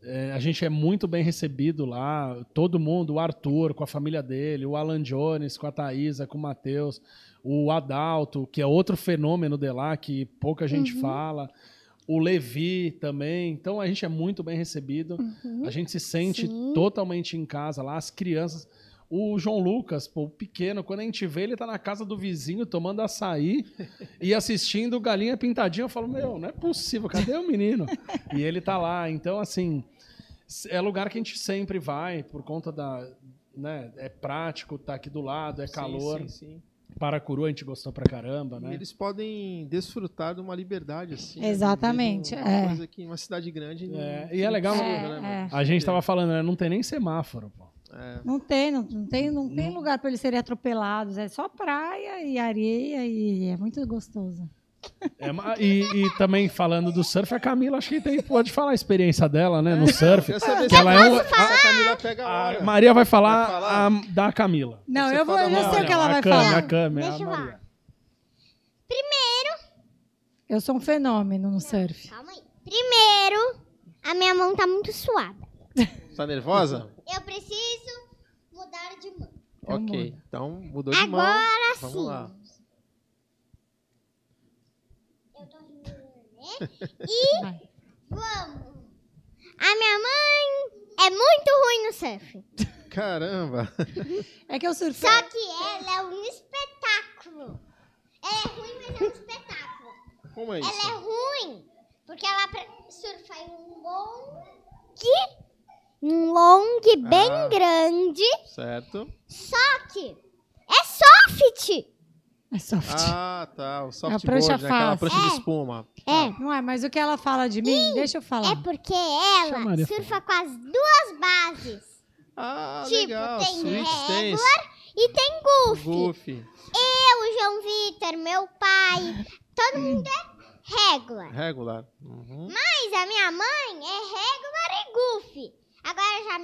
É, a gente é muito bem recebido lá, todo mundo, o Arthur com a família dele, o Alan Jones com a Thaisa, com o Matheus, o Adalto, que é outro fenômeno de lá, que pouca gente uhum. fala, o Levi também. Então a gente é muito bem recebido, uhum. a gente se sente Sim. totalmente em casa lá, as crianças... O João Lucas, pô, o pequeno, quando a gente vê, ele tá na casa do vizinho tomando açaí e assistindo Galinha Pintadinha. Eu falo, meu, não é possível, cadê o menino? E ele tá lá. Então, assim, é lugar que a gente sempre vai, por conta da... Né, é prático, tá aqui do lado, é calor. Sim, sim, sim. Paracuru a gente gostou pra caramba, né? E eles podem desfrutar de uma liberdade, assim. Exatamente. Né? Uma é. coisa que em uma cidade grande... Não, é. E é legal, é, né, é. a gente tava falando, né, não tem nem semáforo, pô. É. Não tem, não, não tem, não tem lugar para eles serem atropelados. É só praia e areia e é muito gostoso. É, e, e também falando do surf, a Camila acho que tem, pode falar a experiência dela, né, no surf. Que que ela é um, a, a Camila pega a hora. A Maria vai falar, vai falar? A, da Camila. Não, eu vou, eu já sei o que ela vai Cami, falar. A Cami, Deixa a eu Maria. falar. Primeiro... Eu sou um fenômeno no surf. Calma aí. Primeiro, a minha mão tá muito suada. Tá nervosa? Eu preciso mudar de mão. Ok, então mudou de mão. Agora sim. Vamos lá. Eu tô rindo, né? E Vai. vamos. A minha mãe é muito ruim no surf. Caramba. É que eu surfei. Só que ela é um espetáculo. Ela é ruim, mas é um espetáculo. Como é isso? Ela é ruim porque ela surfa em um long, um long bem ah, grande. Certo. Só que é soft. É soft. Ah, tá. O softboard, é a prancha né? Aquela prancha é. de espuma. É. Não é, mas o que ela fala de mim, e deixa eu falar. É porque ela surfa com as duas bases. Ah, tipo, legal. tem Switch regular e tem goofy. Goofy. Eu, o João Vitor, meu pai, todo mundo é regular. Regular. Uhum. Mas a minha mãe é regular e goofy. Agora já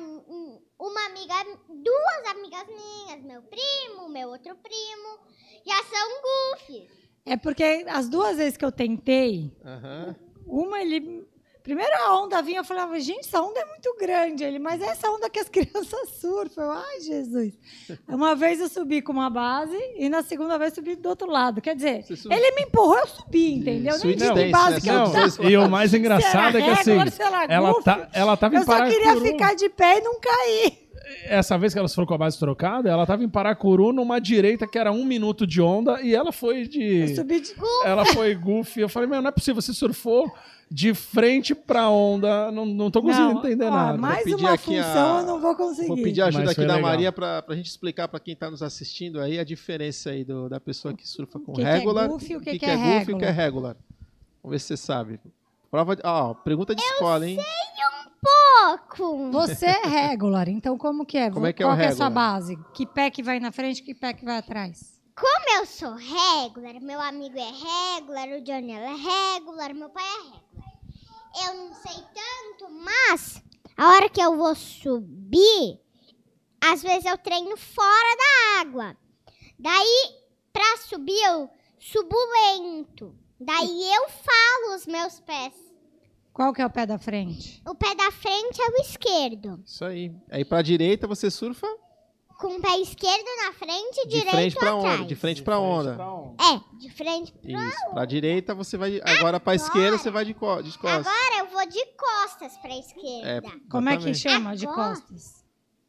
uma amiga, duas amigas minhas, meu primo, meu outro primo, já são goofy. É porque as duas vezes que eu tentei, uhum. uma ele... Primeiro a onda vinha, eu falava, gente, essa onda é muito grande. Ele, mas é essa onda que as crianças surfam. Eu, ai, Jesus. Uma vez eu subi com uma base e na segunda vez eu subi do outro lado. Quer dizer, sub... ele me empurrou, eu subi, entendeu? Nem tinha que base né? que eu tava. E o mais engraçado é que assim, ela, tá, ela tava em Eu só Paracuru. queria ficar de pé e não cair. Essa vez que elas foram com a base trocada, ela tava em Paracuru numa direita que era um minuto de onda e ela foi de... Eu subi de goofy. Ela foi goofy. Eu falei, meu, não é possível, você surfou de frente pra onda, não, não tô conseguindo não, entender ó, nada. Mais uma função a... eu não vou conseguir. Vou pedir a ajuda aqui da legal. Maria pra, pra gente explicar pra quem tá nos assistindo aí a diferença aí do, da pessoa que surfa com que regular. Que é goofy, o que, que, que, que é, é goofy e o que é regular. Vamos ver se você sabe. Prova de... Ó, pergunta de eu escola, hein? Eu sei um pouco. Você é regular, então como que é? Como é que é Qual o que é a sua regular? base? Que pé que vai na frente, que pé que vai atrás? Como eu sou regular, meu amigo é regular, o Johnny é regular, meu pai é regular. Eu não sei tanto, mas a hora que eu vou subir, às vezes eu treino fora da água. Daí, pra subir, eu subo lento. Daí eu falo os meus pés. Qual que é o pé da frente? O pé da frente é o esquerdo. Isso aí. Aí pra direita você surfa? Com o pé esquerdo na frente e de direito frente pra atrás. onda, de frente pra onda. É, de frente pra Isso. onda. Pra direita você vai... Agora, agora pra esquerda você vai de, co... de costas. Agora eu vou de costas pra esquerda. É, como é que chama agora, de costas?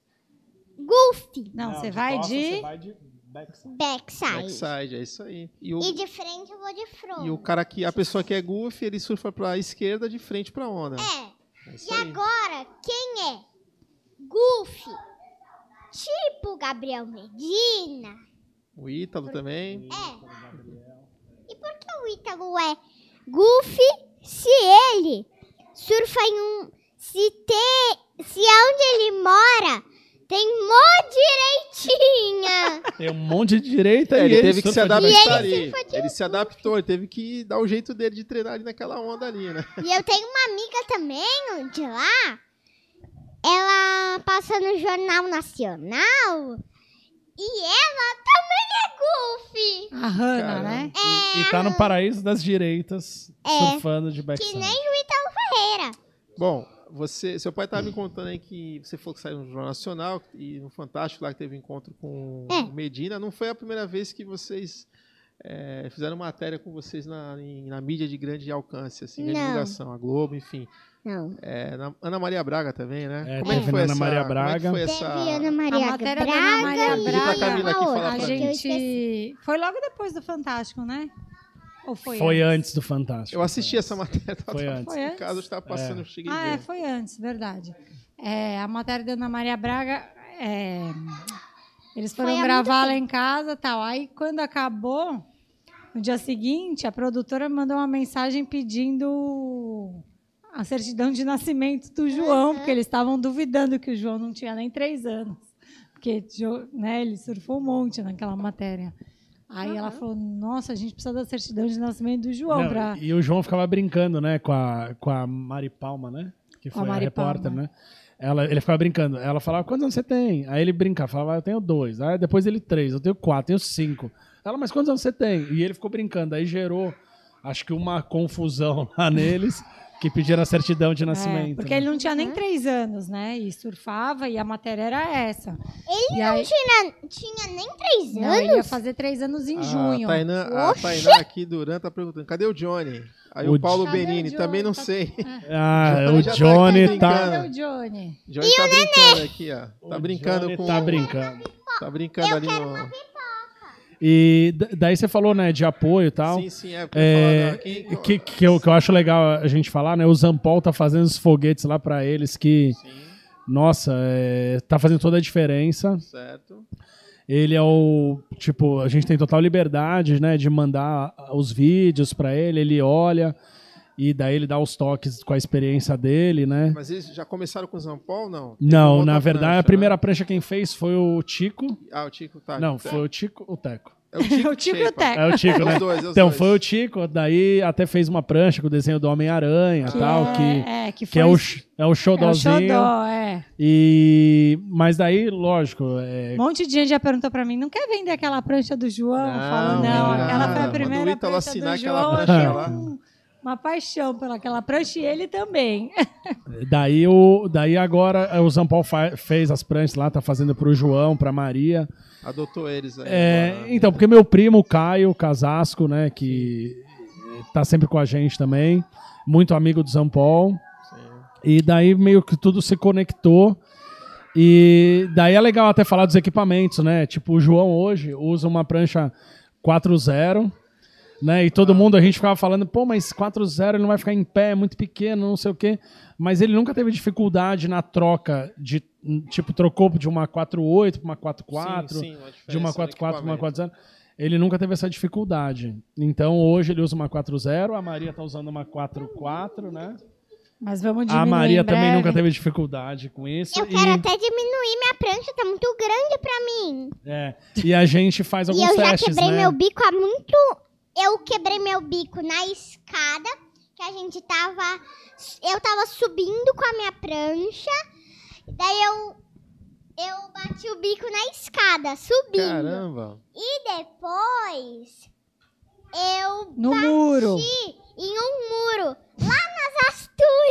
Goofy. Não, Não você de vai costas, de... Você vai de backside. Backside. Backside, é isso aí. E, o... E de frente eu vou de front. E o cara que... A pessoa que é goofy, ele surfa pra esquerda de frente pra onda. É. é isso e aí. agora, quem é goofy? Tipo Gabriel Medina. O Ítalo por... também. É. E por que o Ítalo é goofy se ele surfa em um... Se, te... se onde ele mora tem mó direitinha. Tem um monte de direita é, e ele, ele teve que se adaptar ele ali. de Ele se adaptou, ele teve que dar o jeito dele de treinar ali naquela onda ali, né? E eu tenho uma amiga também de lá. Ela passa no Jornal Nacional e ela também é goofy. A Hannah, Caramba. né? É, E, e tá no paraíso das direitas, É. surfando de que backside. nem o Ítalo Ferreira. Bom, você, seu pai estava me contando aí que você falou que saiu no Jornal Nacional e no Fantástico lá que teve um encontro com É. o Medina. Não foi a primeira vez que vocês é, fizeram matéria com vocês na, em- na mídia de grande alcance, assim, grande Não. divulgação, a Globo, enfim. Não. É, na- Ana Maria Braga também, né? É, como é que teve foi na Ana essa, Maria Como é que Braga. foi Teve essa... Ana A Maria matéria da Braga Ana Maria e Pedir pra Braga, Camila aqui a falar outra, a pra que eu gente. esqueci. gente... Foi logo depois do Fantástico, né? Ou foi, Foi antes? antes do Fantástico. Eu assisti essa matéria, tava Foi tava antes. Foi em antes? casa, eu estava passando, É. eu cheguei Ah, a é, ver. foi antes, verdade. É, a matéria da Ana Maria Braga, é, eles foram Foi há gravar muito lá em casa e tal. Aí, quando acabou, no dia seguinte, a produtora me mandou uma mensagem pedindo a certidão de nascimento do João, porque eles estavam duvidando que o João não tinha nem três anos. Porque Jo- né, ele surfou um monte naquela matéria. Aí ela falou, nossa, a gente precisa da certidão de nascimento do João. Não, pra... E o João ficava brincando, né, com a, com a Mari Palma, né? Que Com a foi a, Mari repórter, Palma. né? Ela, ele ficava brincando. Ela falava, quantos anos você tem? Aí ele brincava, falava, eu tenho dois. Aí depois ele, três. Eu tenho quatro, tenho cinco. Ela, mas quantos anos você tem? E ele ficou brincando. Aí gerou, acho que uma confusão lá neles, que pediram a certidão de nascimento. É, porque né? ele não tinha nem três anos, né? E surfava e a matéria era essa. Ele E não aí- tinha, tinha nem três Não, ele ia anos? fazer três anos em A junho. Tainá, a Oxi! Tainá aqui Duran tá perguntando, cadê o Johnny? Aí o, O Paulo Cadê o Benini, Johnny? também não Tá- sei. Ah, Johnny o já tá Johnny aqui tá... brincando. Cadê o Johnny? Johnny tá brincando aqui, ó. Tá o brincando Johnny com... Tá brincando. Tá brincando ali no... E d- daí você falou, né, de apoio e tal. Sim, sim, é. porque eu ia É, falar aqui, que, que, eu, que eu acho legal a gente falar, né? O Zampol tá fazendo os foguetes lá pra eles que, Sim, nossa, é, tá fazendo toda a diferença. certo. Ele é o, tipo, a gente tem total liberdade, né, de mandar os vídeos pra ele, ele olha e daí ele dá os toques com a experiência dele, né? Mas eles já começaram com o Zampol, não? Teve Não, uma na outra verdade, prancha, a primeira né? prancha quem fez foi o Tico. Ah, o Tico, tá. Não, tá. foi o Tico, o Teco. É o Tico, O Tico e o Shaper. Teco. É o Tico, É né? os dois, é os Então, dois. foi o Tico, daí até fez uma prancha com o desenho do Homem-Aranha e Que tal, é, que, é, que, que foi, é o, sh- é o é o showdozinho. xodó, é. E, mas daí, lógico, é, Um monte de gente já perguntou pra mim, não quer vender aquela prancha do João? Eu falo, não, não, aquela foi a não. primeira Manda o Ítalo prancha assinar do aquela João. prancha Eu tenho lá. um- uma paixão pelaquela prancha e ele também. daí, o, daí agora o Zampol fa- fez as pranchas lá, tá fazendo pro João, pra Maria. Adotou eles aí. É, agora. então, porque meu primo, o Caio Casasco, né, que tá sempre com a gente também, muito amigo do Zampol. Sim. E daí meio que tudo se conectou. E daí é legal até falar dos equipamentos, né? Tipo, o João hoje usa uma prancha quatro zero, né? E todo mundo, a gente ficava falando, pô, mas quatro zero ele não vai ficar em pé, é muito pequeno, não sei o quê. Mas ele nunca teve dificuldade na troca de, tipo, trocou de uma quatro oito para uma quatro quatro, Sim, sim, uma de uma diferença no quatro quatro para uma equipamento. quatro zero. Ele nunca teve essa dificuldade. Então, hoje ele usa uma quatro zero, a Maria tá usando uma quatro quatro, né? Mas vamos diminuir A Maria em também breve. nunca teve dificuldade com isso. Eu e, quero até diminuir minha prancha, tá muito grande pra mim. é, e a gente faz E alguns eu já testes, quebrei né? meu bico há muito... Eu quebrei meu bico na escada, que a gente tava... Eu tava subindo com a minha prancha, daí eu... Eu bati o bico na escada, subindo. Caramba. E depois... Eu No bati muro. em um muro, lá nas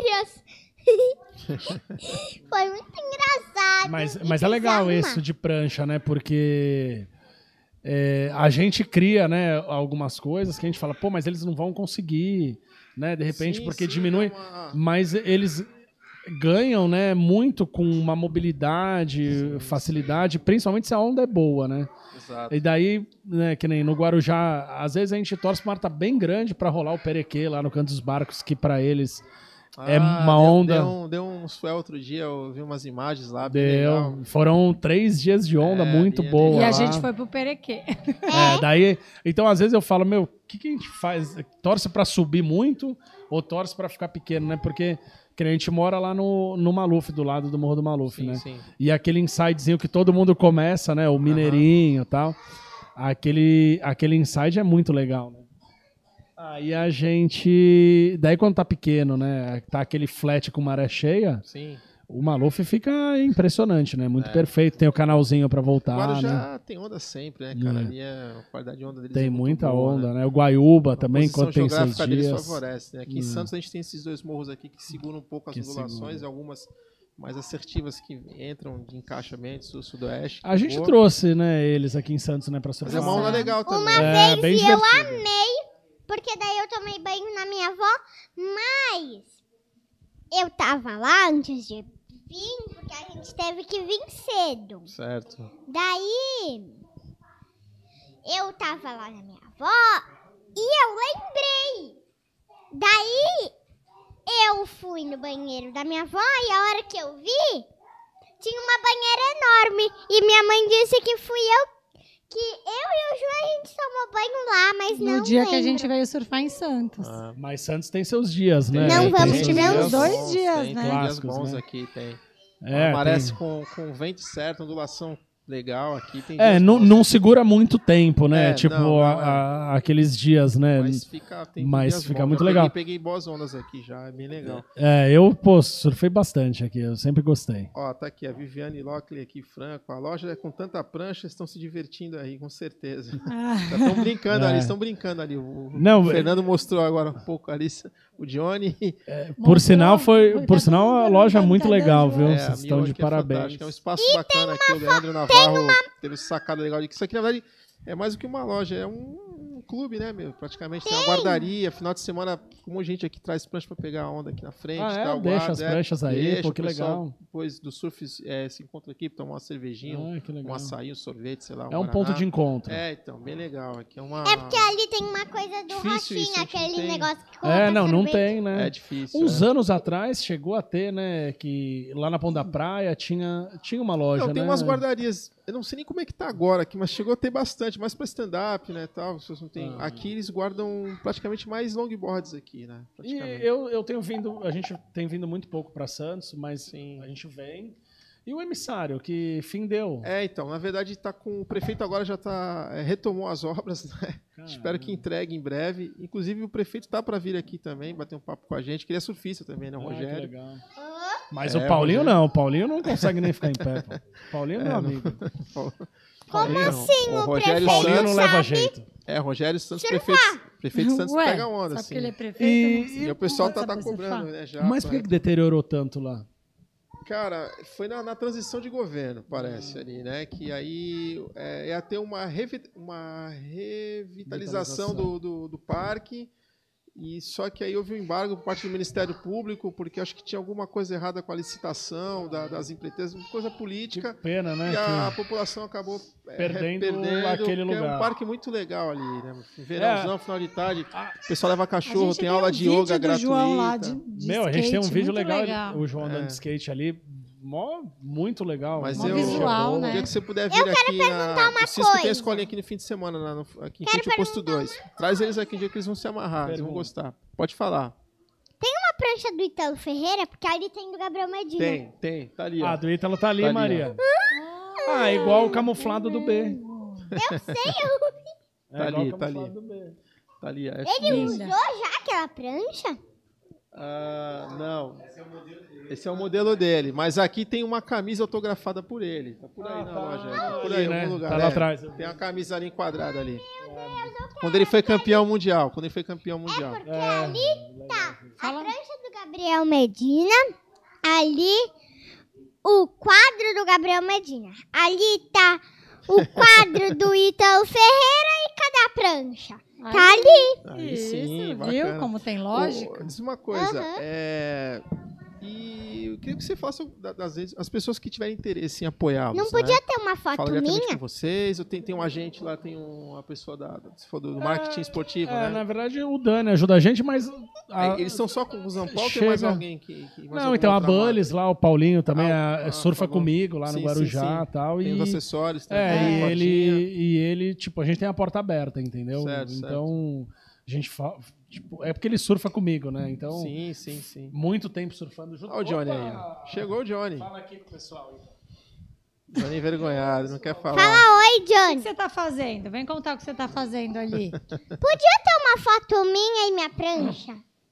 Astúrias. Foi muito engraçado. Mas, e mas é legal quis isso arrumar. de prancha, né? Porque é, a gente cria, né, algumas coisas que a gente fala, pô, mas eles não vão conseguir, né? De repente, Sim, porque sim, diminui. é uma- Mas eles ganham, né, muito com uma mobilidade, facilidade, principalmente se a onda é boa, né? Exato. E daí, né, que nem no Guarujá, às vezes a gente torce pra uma tá bem grande pra rolar o perequê lá no canto dos barcos, que pra eles é uma deu- onda. Deu, um- deu um swell outro dia, eu vi umas imagens lá. bem deu. legal. Foram três dias de onda É, muito ali é boa. E lá. a gente foi pro Perequê. É, daí, então às vezes eu falo, meu, o que, que a gente faz? Torce pra subir muito ou torce pra ficar pequeno, né? Porque que nem a gente mora lá no, no Maluf, do lado do Morro do Maluf, Sim, né? sim. E aquele insidezinho que todo mundo começa, né? O mineirinho e tal. Aquele, aquele inside é muito legal, né? Aí a gente... Daí quando tá pequeno, né? Tá aquele flat com maré cheia, Sim. O Maluf fica impressionante, né? Muito é. perfeito. Tem o canalzinho pra voltar. Agora já né? tem onda sempre, né, cara? É. Ali é, a qualidade de onda deles tem é muita boa, onda, né? né? O Guaiúba também, quando tem seus dias. Deles favorece, né? Aqui hum. em Santos a gente tem esses dois morros aqui que seguram um pouco as que ondulações, segura. Algumas mais assertivas que entram de encaixamento, sul, sudoeste. A gente boa. trouxe, né, eles aqui em Santos, né, pra surfar. Mas é uma onda legal também. Uma é, vez bem eu divertido. amei, porque daí eu tomei banho na minha avó, mas eu tava lá antes de vir, porque a gente teve que vir cedo. Certo. Daí, eu tava lá na minha avó e eu lembrei. Daí, eu fui no banheiro da minha avó e a hora que eu vi, tinha uma banheira enorme. E minha mãe disse que fui eu, que eu e o Ju, a gente tomou banho lá, mas no não No dia lembro. que a gente veio surfar em Santos. Ah, mas Santos tem seus dias, né? Não, vamos, tem tivemos dois bons, dias, tem, né? Tem dias Clássicos, bons né? aqui, tem. É, Aparece tem... com, com vento certo, ondulação legal aqui. Tem é, não, bons. não segura muito tempo, né? É, tipo, não, não, a, é. a, aqueles dias, né? Mas fica, tem Mas dias fica bons. muito Já legal. Peguei, peguei boas ondas aqui já, é bem legal. É, eu, pô, surfei bastante aqui, eu sempre gostei. Ó, tá aqui a Viviane Lockley aqui, Franco. A loja é com tanta prancha, estão se divertindo aí, com certeza. Ah. Estão brincando É. ali, estão brincando ali. O, Não, o Fernando mostrou agora um pouco ali, o Johnny. É, por Mostrou, sinal, foi, foi por tá sinal a dando loja é vontade muito da legal, João. viu? É, a Vocês estão Mil de aqui é parabéns. fantástico, é um espaço bacana aqui. O Leandro Navarro teve sacada legal de que isso aqui, na verdade, é mais do que uma loja, é um, um clube, né, meu? Praticamente tem uma guardaria. Final de semana, como a gente aqui traz prancha pra pegar a onda aqui na frente. Ah, é? Tal, Deixa guarda, as é, pranchas aí, deixa, pô, o que pessoal, legal. Depois do surf é, se encontra aqui pra tomar uma cervejinha, Ah, que um legal. açaí, um sorvete, sei lá. É um Guaraná. ponto de encontro. É, então, bem legal. Aqui é uma... É porque ali tem uma coisa do Difícil isso, Rochinha, a gente não aquele tem. negócio que É, coloca não, não sorvete. tem, né? É difícil. Uns é. anos atrás chegou a ter, né, que lá na Ponta da Praia tinha, tinha uma loja, Não, tem né? umas guardarias. Eu não sei nem como é que tá agora aqui, mas chegou a ter bastante, mais pra stand-up, né, tal. Vocês não tem. Ah. Aqui eles guardam praticamente mais longboards aqui, né? E Praticamente. eu, eu tenho vindo, a gente tem vindo muito pouco para Santos, mas Sim. a gente vem. E o emissário, que fim deu? É, então, na verdade, tá com o prefeito agora já tá é, retomou as obras, né? Caramba. Espero que entregue em breve. Inclusive o prefeito tá para vir aqui também, bater um papo com a gente. Queria surfista também, né, o Ah, que Rogério. legal. Mas É, o Paulinho Rogério. não, o Paulinho não consegue nem ficar em pé, pô. Paulinho é meu É, não- amigo. Como Não, assim o o Rogério prefeito Paulinho não leva sabe? jeito. É, Rogério Santos, prefeito, prefeito Santos Ué, pega onda, só assim. porque ele é E- prefeito. E não- o pessoal não tá, pode tá saber cobrando, surfar. né, já. Mas por que que deteriorou tanto lá? Cara, foi na, na transição de governo, parece, ali, né? Que aí é, ia ter uma, revi uma revitalização do, do, do parque, e só que aí houve um embargo por parte do Ministério Público, porque acho que tinha alguma coisa errada com a licitação da, das empreiteiras, coisa política, Pena, né? e a que- população acabou é, Perdendo aquele porque lugar. É um parque muito legal ali, né? Verãozão, final de tarde, Ah. o pessoal leva A cachorro, gente tem um aula de vídeo yoga do gratuita. João lá de, de Meu, a gente tem um skate, vídeo muito legal, o João andando É. de skate ali, mó, muito legal. Mas Mó eu, visual, o né? dia que você puder vir aqui na... uma O Cisco tem a coisa. escolinha aqui no fim de semana, lá no, aqui em Quero frente ao posto dois. Traz eles aqui um dia que eles vão se amarrar, eles vão Pergunta. gostar. Pode falar. A prancha do Ítalo Ferreira, porque ali tem do Gabriel Medina. Tem, tem, tá ali, ó. Ah, do Ítalo tá ali, Tá ali, Maria. Ah, é igual o camuflado do B. Eu sei, eu... É Tá igual ali, o tá camuflado ali. do B. Tá ali, é Ele fininho. usou já aquela prancha? Ah, não. Esse é o modelo dele, mas aqui tem uma camisa autografada por ele. Tá por aí Ah, na tá. loja, aí, tá por Ali, aí em né? algum lugar. Tá lá é. atrás. Tem uma camisa ali enquadrada ali. Quando ele foi campeão mundial, quando ele foi campeão mundial. Porque É. ali tá Fala. a prancha do Gabriel Medina, ali o quadro do Gabriel Medina, ali tá o quadro do Ítalo Ferreira e cadê a prancha? Tá ali. Aí Isso, sim, viu? bacana. Como tem Ô, lógica. diz uma coisa, Aham. é... E eu queria que você faça da- das vezes as pessoas que tiverem interesse em apoiá-los. Não né? podia ter uma foto Fala diretamente minha? com vocês, ou tem, tem um agente lá, tem um- uma pessoa da, se for do, do marketing esportivo, É, né? na verdade o Dani ajuda a gente, mas... a- É, eles estão só com o Zampol, tem mais Chega- alguém que... que mais Não, alguma então a outra marca? Bullis lá, o Paulinho também Ah, é- ah, surfa tá bom. comigo lá no Sim, sim, Guarujá sim. e tal. Tem e, os acessórios, tem é, a e cordinha. ele, e ele, tipo, a gente tem a porta aberta, entendeu? Certo, então, a gente fala... Tipo, é porque ele surfa comigo, né? Então, Sim, sim, sim. muito tempo surfando junto. Olha o Johnny Opa! aí, ó. Chegou o Johnny. Fala aqui pro pessoal. Então. Johnny envergonhado, não quer falar. Fala oi, O que Johnny. você tá fazendo? Vem contar o que você tá fazendo ali. Podia ter uma foto minha e minha prancha?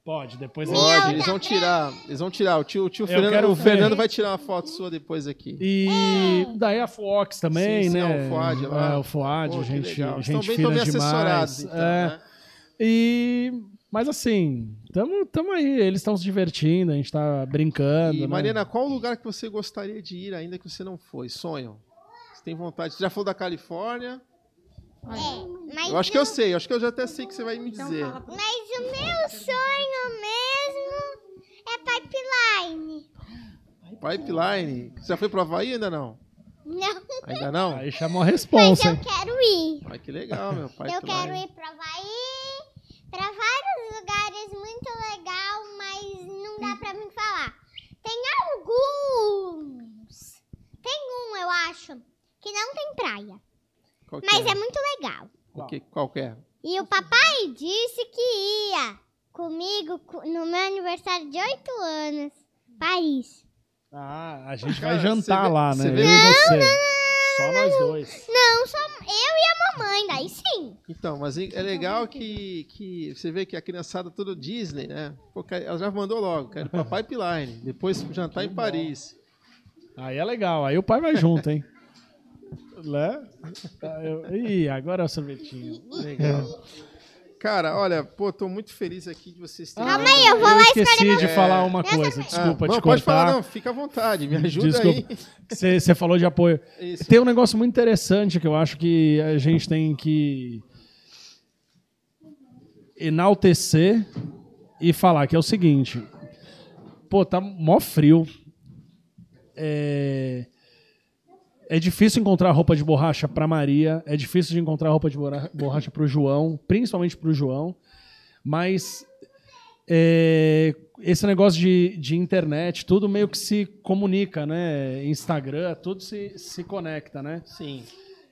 Pode, depois Pode, a gente... eles vão tirar. Eles vão tirar. O tio, o tio Eu Fernando, quero o ver. Fernando vai tirar uma foto sua depois aqui. E daí a Fox também, Sim, sim, né? é o Fuad lá. É, o Fuad, Pô, que gente, legal. Estão gente bem, fina estão bem demais. assessorados, então, é. né? E... Mas assim, tamo, tamo aí, eles estão se divertindo, a gente tá brincando. E, né? Mariana, qual o lugar que você gostaria de ir ainda que você não foi? Sonho? Você tem vontade? Você já falou da Califórnia? É, mas Eu acho que eu sei, eu acho que eu já até sei o que você vai me Então dizer. fala pra- Mas o meu sonho mesmo é pipeline. Pipeline. Você já foi pro Havaí ou ainda não? Não, Ainda não? Aí chamou a mas responsa, eu hein? quero ir. Ai, que legal, meu. Pipeline. Eu quero ir pra Havaí, pra vários lugares muito legal, mas não dá pra mim falar. Tem alguns. Tem um, eu acho, que não tem praia, Qual que mas é? é muito legal. O que, qual que é? E o papai disse que ia comigo co- no meu aniversário de oito anos. Paris. Ah, a gente Cara, vai jantar você vê- lá, né? você Eu vê- e você. Só nós dois. Não, só eu e a mamãe, daí sim. Então, mas é legal que, que você vê que a criançada toda Disney, né? Pô, ela já mandou logo, quero ir pra Pipeline, depois jantar em Paris. Aí é legal, aí o pai vai junto, hein? Né? Tá, eu- Ih, agora é o sorvetinho. Legal. Cara, olha, pô, tô muito feliz aqui de vocês terem. Calma aí, eu vou Eu lá esqueci de É. falar uma Nessa coisa, vez. desculpa Ah, te não, pode cortar. falar, não, fica à vontade, me ajuda Desculpa. aí. Você você falou de apoio. Isso. Tem um negócio muito interessante que eu acho que a gente tem que enaltecer e falar, que é o seguinte. Pô, tá mó frio. É... É difícil encontrar roupa de borracha pra Maria, é difícil de encontrar roupa de borra- borracha pro João, principalmente pro João, mas é, esse negócio de, de internet, tudo meio que se comunica, né? Instagram, tudo se, se conecta, né? Sim.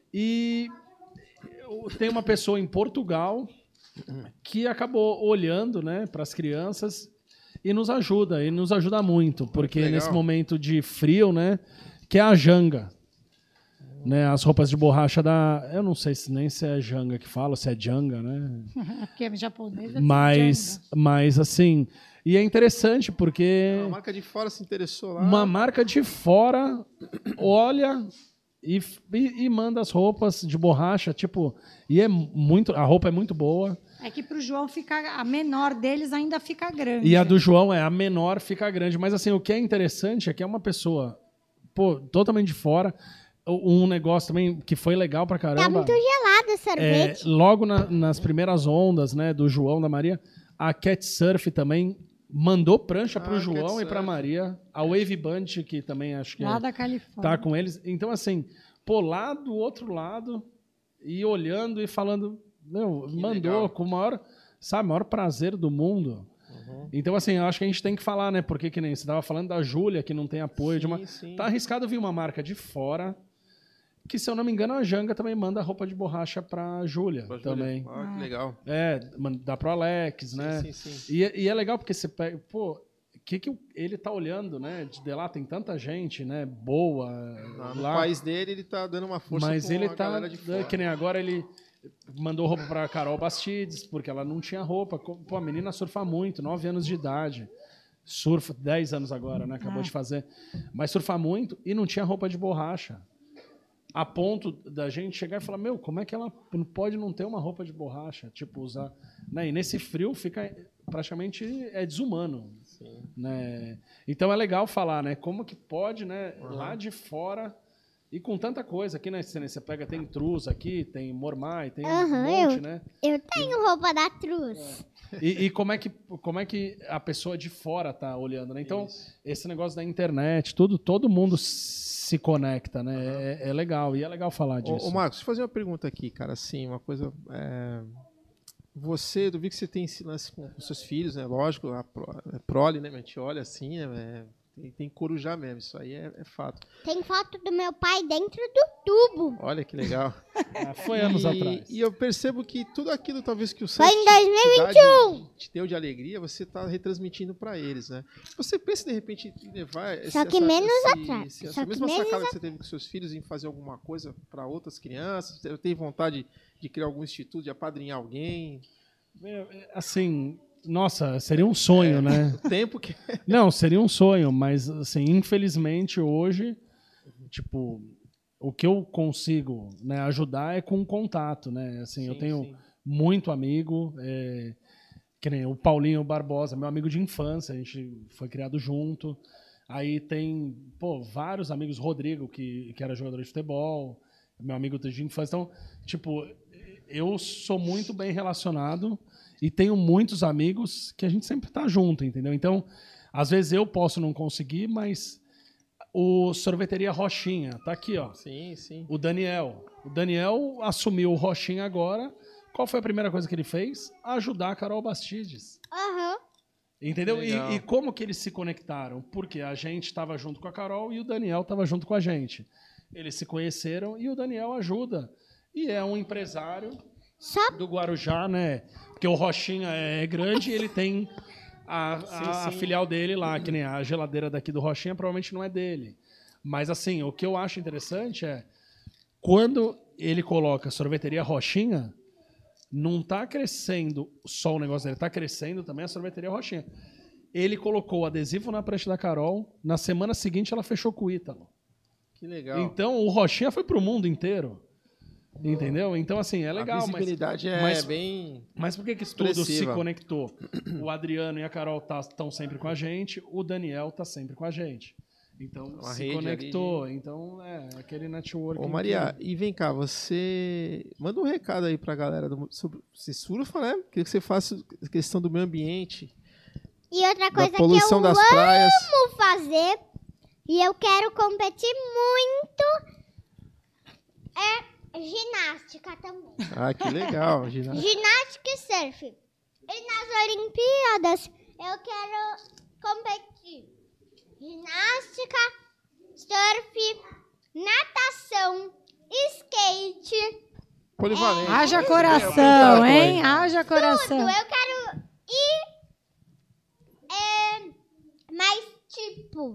E eu- tem uma pessoa em Portugal que acabou olhando, né, para as crianças e nos ajuda, e nos ajuda muito, porque legal. nesse momento de frio, né, que é a Janga. Né, as roupas de borracha da. Eu não sei se nem se é Janga que fala, se é Janga, né? Porque é japonês. deve ser Mas, mas assim. E é interessante porque A marca de fora se interessou lá. uma marca de fora olha e, e, e manda as roupas de borracha, tipo. E é muito. A roupa é muito boa. Janga. É que pro João ficar. A menor deles ainda fica grande. E a do João é a menor, fica grande. Mas assim, o que é interessante é que é uma pessoa, pô, totalmente de fora. Um negócio também que foi legal pra caramba. Tá muito gelado o É, sorvete. logo na- nas primeiras ondas, né, do João, da Maria, a Cat Surf também mandou prancha pro Ah, João Cat e pra Surf. Maria. A Wave Band, que também acho que Lá é, da Califórnia. tá com eles. Então, assim, pô, lá do outro lado, e olhando e falando, meu, Que mandou legal. com o maior, sabe, maior prazer do mundo. Uhum. Então, assim, eu acho que a gente tem que falar, né, porque que nem você tava falando da Júlia, que não tem apoio de uma... Sim, sim. Tá arriscado vir uma marca de fora, que, se eu não me engano, a Janga também manda roupa de borracha pra Júlia Pra Júlia. também. Ah, que legal. É, man- dá pro Alex, né? Sim, sim, sim. E, é- e é legal porque você pega, pô, o que, que o- ele tá olhando, né? De, de lá tem tanta gente, né? Boa. Lá no lá, país dele, ele tá dando uma força mas com ele a tá. galera de fora. Que nem agora ele mandou roupa pra Carol Bastides, porque ela não tinha roupa. Pô, a menina surfa muito, nove anos de idade. Surfa, dez anos agora, né? Acabou Ah. de fazer. Mas surfa muito e não tinha roupa de borracha. A ponto da gente chegar e falar, meu, como é que ela não pode não ter uma roupa de borracha? Tipo, usar... Né? E nesse frio fica praticamente é desumano. Sim. Né? Então é legal falar, né? Como que pode, né? Uhum. Lá de fora... E com tanta coisa aqui, né? Você pega, tem Trus aqui, tem Mormai, tem um Aham, monte, eu- né? Eu tenho roupa da Truz. E, e como, é que, como é que a pessoa de fora tá olhando, né? Então, Isso. esse negócio da internet, tudo, todo mundo se conecta, né? É, é legal, e é legal falar Ô, disso. ô, Marcos, deixa eu fazer uma pergunta aqui, cara. Assim, uma coisa. é, Você, eu vi que você tem esse lance com, com seus filhos, né? Lógico, a pro- é prole, né? A gente olha assim, né? é, Tem, tem corujá mesmo, isso aí é, é fato. Tem foto do meu pai dentro do tubo. Olha que legal. Ah, foi anos e, atrás. E eu percebo que tudo aquilo, talvez, que o Foi Santos em te- dois mil e te vinte dá e um. de- te deu de alegria, você está retransmitindo para eles, né? Você pensa, de repente, em levar esse, Só que essa, menos esse, atrás. esse- Só essa que mesma menos sacada que você teve com seus filhos em fazer alguma coisa para outras crianças? Você tem vontade de criar algum instituto, de apadrinhar alguém? Meu, é, assim, Nossa, seria um sonho, é, né? O tempo que... Não, seria um sonho, mas, assim, infelizmente, hoje, tipo, o que eu consigo, né, ajudar é com contato, né? Assim, sim, eu tenho sim. muito amigo, é, que nem o Paulinho Barbosa, meu amigo de infância, a gente foi criado junto. Aí tem, pô, vários amigos, Rodrigo, que, que era jogador de futebol, meu amigo de infância. Então, tipo, eu sou muito bem relacionado e tenho muitos amigos que a gente sempre tá junto, entendeu? Então, às vezes eu posso não conseguir, mas o Sorveteria Rochinha tá aqui, ó. Sim, sim. O Daniel. O Daniel assumiu o Rochinha agora. Qual foi a primeira coisa que ele fez? Ajudar a Carol Bastides. Aham. Uhum. Entendeu? E, e como que eles se conectaram? Porque a gente estava junto com a Carol e o Daniel estava junto com a gente. Eles se conheceram e o Daniel ajuda. E é um empresário Só... do Guarujá, né? Porque o Rochinha é grande e ele tem a, a, sim, sim. a filial dele lá, que nem a geladeira daqui do Rochinha provavelmente não é dele. Mas assim, o que eu acho interessante é quando ele coloca Sorveteria Rochinha, não está crescendo só o negócio dele, está crescendo também a Sorveteria Rochinha. Ele colocou o adesivo na prancha da Carol, na semana seguinte ela fechou com o Ítalo. Que legal. Então o Rochinha foi pro mundo inteiro. Entendeu? Então, assim, é legal. A visibilidade mas, é mas, bem Mas por que que isso tudo se conectou? O Adriano e a Carol estão tá, sempre com a gente, o Daniel está sempre com a gente. Então, Uma se conectou. De... Então, é aquele networking. Ô, Maria, que... e vem cá, você manda um recado aí pra galera do... sobre... Você surfa, né? Queria que você faça a questão do meio ambiente. E outra coisa da poluição que eu das amo praias. fazer, e eu quero competir muito, é ginástica também. Ah, que legal. Ginástica, ginástica e surf. E nas Olimpíadas, eu quero competir. Ginástica, surf, natação, skate. Polivalente. É... Haja coração, hein? Haja coração. Tudo. Eu quero ir. É... Mas, tipo,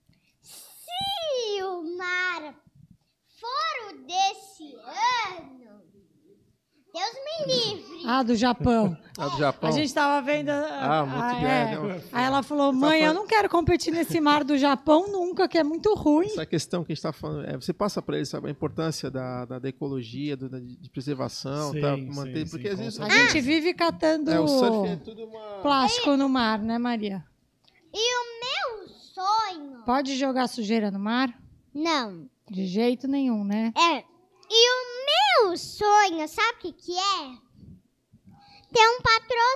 se o mar for o desse ano, Deus me livre. Ah, do Japão. Ah, do Japão. A gente tava vendo... Ah, muito ah, grande. É. Aí ela falou, mãe, eu não quero competir nesse mar do Japão nunca, que é muito ruim. Essa questão que a gente está falando, é, você passa para eles sabe, a importância da, da, da ecologia, do, da, de preservação, sim, tá, sim, manter, sim, porque às vezes... A gente vive catando é, o surf é tudo uma... plástico no mar, né, Maria? E o meu sonho... Pode jogar sujeira no mar? Não. De jeito nenhum, né? É. E o meu sonho, sabe o que que é? Ter um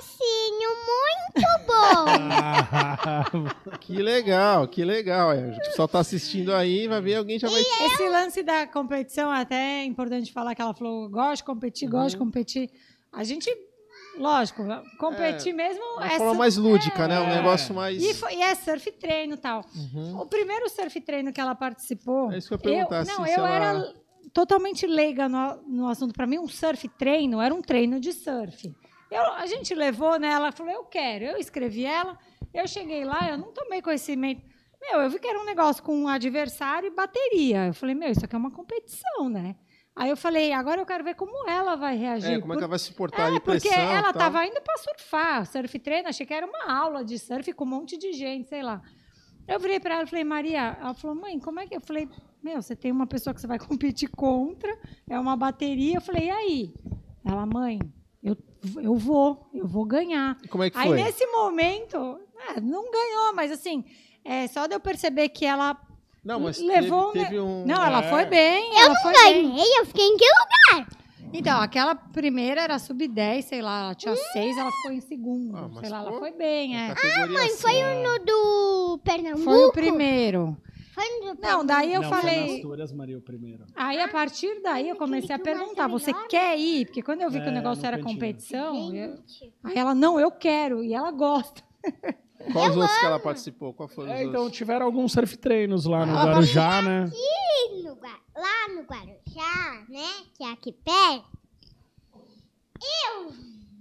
patrocínio muito bom. Que legal, que legal. É. O pessoal tá assistindo aí, vai ver, alguém já vai... E esse lance da competição, até é importante falar que ela falou, gosto de competir, gosto de competir. A gente, lógico, competir é, mesmo... Uma é forma sur- mais lúdica, é, né? Um negócio mais... E, foi, e é surf treino e tal. Uhum. O primeiro surf treino que ela participou... É isso que eu ia perguntar. Eu, não, se, eu se ela... era totalmente leiga no, no assunto. Para mim, um surf treino era um treino de surf. Eu, a gente levou, né? Ela falou, eu quero. Eu escrevi ela. Eu cheguei lá, eu não tomei conhecimento. Meu, eu vi que era um negócio com um adversário e bateria. Eu falei, meu, isso aqui é uma competição, né? Aí eu falei, agora eu quero ver como ela vai reagir. É, como Por... é que ela vai se portar é, de pressão, porque ela tal. estava indo para surfar, surf treino. Achei que era uma aula de surf com um monte de gente, sei lá. Eu virei para ela e falei, Maria, ela falou, mãe, como é que... Eu falei, meu, você tem uma pessoa que você vai competir contra, é uma bateria. Eu falei, e aí? Ela, mãe, eu, eu vou, eu vou ganhar. E como é que aí, foi? nesse momento, é, não ganhou, mas assim, é, só de eu perceber que ela não, mas levou... Teve, teve um... Não, ela é. foi bem. Eu ela não foi ganhei, bem. eu fiquei em que lugar? Então, aquela primeira era sub dez, sei lá, ela tinha seis, ela ficou em segundo. Ah, mas sei lá, pô, ela foi bem, é. Ah, mãe, foi assim, no do Pernambuco? Foi o primeiro. Foi no do Não, daí eu não, foi falei... nas Astúrias, Maria, o primeiro. Aí, a partir daí, eu comecei a perguntar, você quer ir? Porque quando eu vi que o É, negócio no era cantinho. competição, eu... aí ela, não, eu quero, e ela gosta. Quais os outros que ela participou? Qual foram os É, então outros? tiveram alguns surf treinos lá no Ah, Guarujá, né? Aqui no Gua- lá no Guarujá, né, que é aqui perto, eu...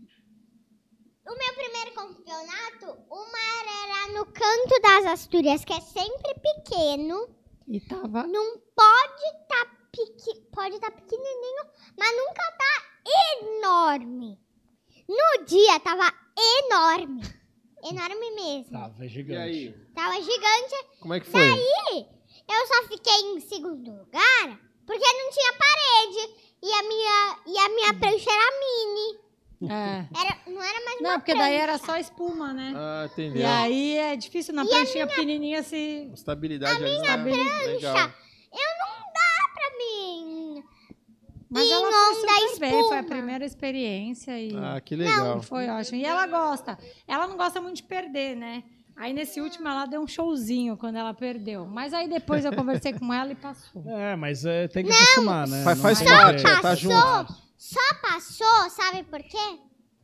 O meu primeiro campeonato, o mar era no Canto das Astúrias, que é sempre pequeno. E tava... Não pode estar tá pequ... pode estar tá pequenininho, mas nunca tá enorme. No dia tava enorme. Enorme mesmo. Tava gigante. E aí? Tava gigante. Como é que foi? Daí, eu só fiquei em segundo lugar porque não tinha parede. E a minha, e a minha prancha era mini. É. Era, não era mais uma Não, porque daí prancha. era só espuma, né? Ah, entendeu. E aí é difícil na pranchinha pequenininha se... Estabilidade ali tá legal. Eu não dá pra mim. Mas E ela não foi dá super bem, foi a espuma. primeira experiência e Ah, que legal. foi ótimo. E ela gosta. Ela não gosta muito de perder, né? Aí nesse último ela deu um showzinho quando ela perdeu. Mas aí depois eu conversei com ela e passou. É, mas é, tem que acostumar, né? Mas faz Não parte, tem já tá jeito. junto. Só passou, sabe por quê?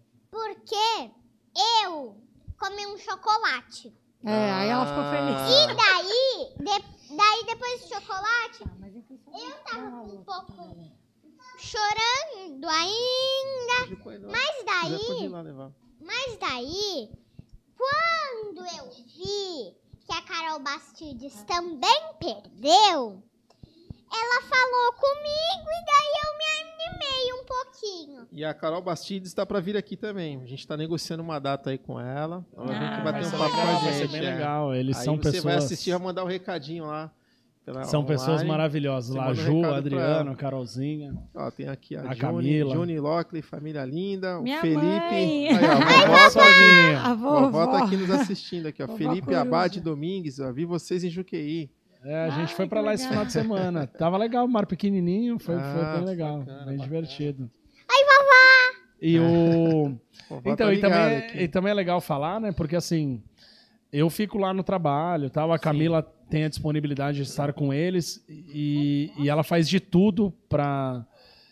Porque eu comi um chocolate. É, aí ela ficou feliz. E daí, de- daí depois do chocolate, eu tava um pouco chorando ainda. Mas Quiser, pode ir daí, lá levar. mas daí, quando eu vi que a Carol Bastides também perdeu, ela falou comigo e daí eu me animei um pouquinho. E a Carol Bastides está para vir aqui também. A gente está negociando uma data aí com ela. Ela vai vir Ah, que vai bater um ser papo com a Legal, gente. vai ser bem é. legal. Eles Aí são você pessoas... vai assistir, vai mandar o um recadinho lá. pela São pessoas online. maravilhosas. Você Lá, manda um Ju, recado pra Adriano, ela. Carolzinha. Ó, tem aqui a, A Juni, Camila. Juni Lockley, família linda. Minha o Felipe. mãe. Aí, ó, Ai, vovó, tá, sozinha. A vovó vovó. tá aqui nos assistindo aqui, ó. Vovó Felipe Coruja. Abade Domingues, ó. Vi vocês em Juqueí. É, a gente Ai, foi pra que lá esse legal. final de semana. Tava legal, o mar pequenininho, foi, Ah, foi bem legal, bacana, bem bacana. divertido. Ai, vovó! E o... Vovó Então, tá e também, ligada é, aqui. e também é legal falar, né? Porque assim, eu fico lá no trabalho, tal, a Camila tem a disponibilidade de estar com eles e, e ela faz de tudo pra,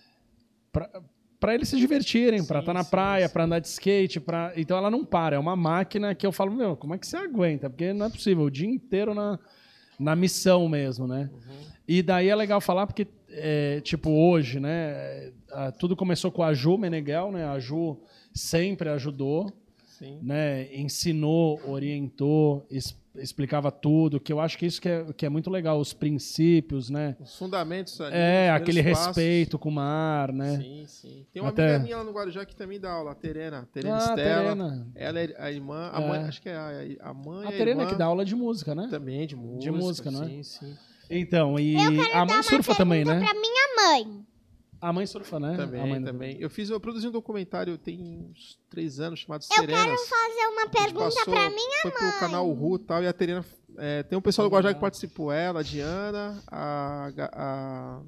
pra, pra eles se divertirem, pra Sim, estar na sim, praia, sim. pra andar de skate, pra... então ela não para, é uma máquina que eu falo, meu, como é que você aguenta? Porque não é possível, o dia inteiro na, na missão mesmo, né? Uhum. E daí é legal falar porque, é, tipo, hoje, né, a- tudo começou com a Ju Meneghel, né? A Ju sempre ajudou, Sim. né? Ensinou, orientou, es- explicava tudo, que eu acho que isso que é, que é muito legal, os princípios, né? Os fundamentos ali. É, os aquele primeiros passos. respeito com o mar, né? Sim, sim. Tem uma Até- amiga minha lá no Guarujá que também dá aula, a Terena. A Terena Ah, a Estela. Terena. Ela é a irmã, a É. mãe, acho que é a, a mãe A e a Terena irmã que dá aula de música, né? também de música. música, não é? Sim, sim. Então, e Eu quero a dar mãe uma surfa também, pergunta né? pra minha mãe. A mãe surfa, né? a Também, mãe da- também. Eu fiz, eu produzi um documentário tem uns três anos chamado Eu Serenas. quero fazer uma A gente pergunta passou- pra minha Foi mãe. pro canal Ru e tal, e a Terena... é, tem um pessoal do Guarujá que participou, ela, a Diana, a, Ga- a,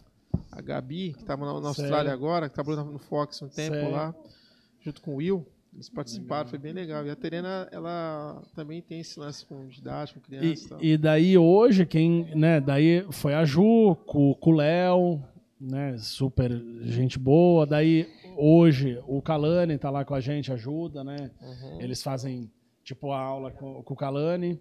a Gabi, que estava na, na Austrália Sério? agora, que trabalhou no Fox um tempo Sério? lá, junto com o Will. Eles participaram, foi bem legal. E a Terena, ela também tem esse lance com didático, com criança e tal. E, e daí hoje, quem, né, daí foi a Ju, com, com o Léo, né, super gente boa. Daí hoje o Kalani tá lá com a gente, ajuda, né? Uhum. Eles fazem tipo a aula com, com o Kalani.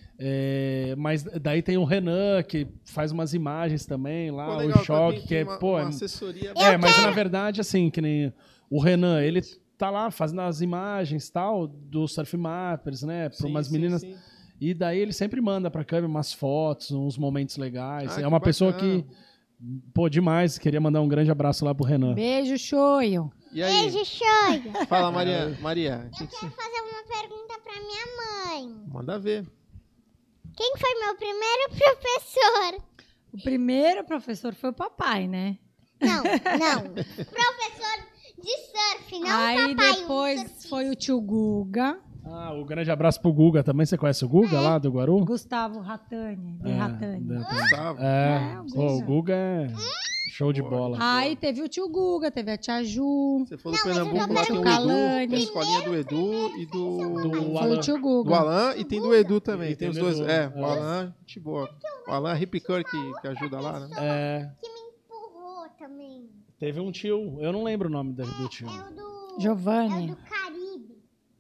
É, mas daí tem o Renan, que faz umas imagens também lá, Pô, o legal, Choque, também que é, tem uma, pô, uma é, assessoria. é, mas na verdade, assim, que nem o Renan, ele tá lá fazendo as imagens tal, do Surf Mappers, né, para Sim, umas sim, meninas. sim. E daí ele sempre manda pra câmera umas fotos, uns momentos legais. Ah, é que uma pessoa bacana. que, pô, demais. Queria mandar um grande abraço lá pro Renan. Beijo, Choio. E aí? Beijo, Shoyo. Fala, Maria. Maria, o que Eu que quero você... fazer uma pergunta pra minha mãe. Manda ver. Quem foi meu primeiro professor? O primeiro professor foi o papai, né? Não, não. Professor de surf, não Aí papai. um depois surfista. foi o tio Guga, Ah, o grande abraço pro Guga também. Você conhece o Guga lá do Guaru? Gustavo Ratani, de É, Ratani. da- Gustavo. É, É, o pô, o Guga. Guga é show de bola. Aí teve o tio Guga, teve a tia Ju, Você falou Não, do mas eu Pernambuco, tô lá tem o Edu, perguntando. tem a escolinha do Edu e do, Do foi Alan. o tio do Guga. Alan e tem do Edu também. E tem tem os do dois. Edu. É, É. o Alan, gente boa. O Alan Ripicur que, que ajuda lá, né? É, Que me empurrou também. teve um tio, eu não lembro o nome do, do tio. É o do... É o Giovanni. do Caribe.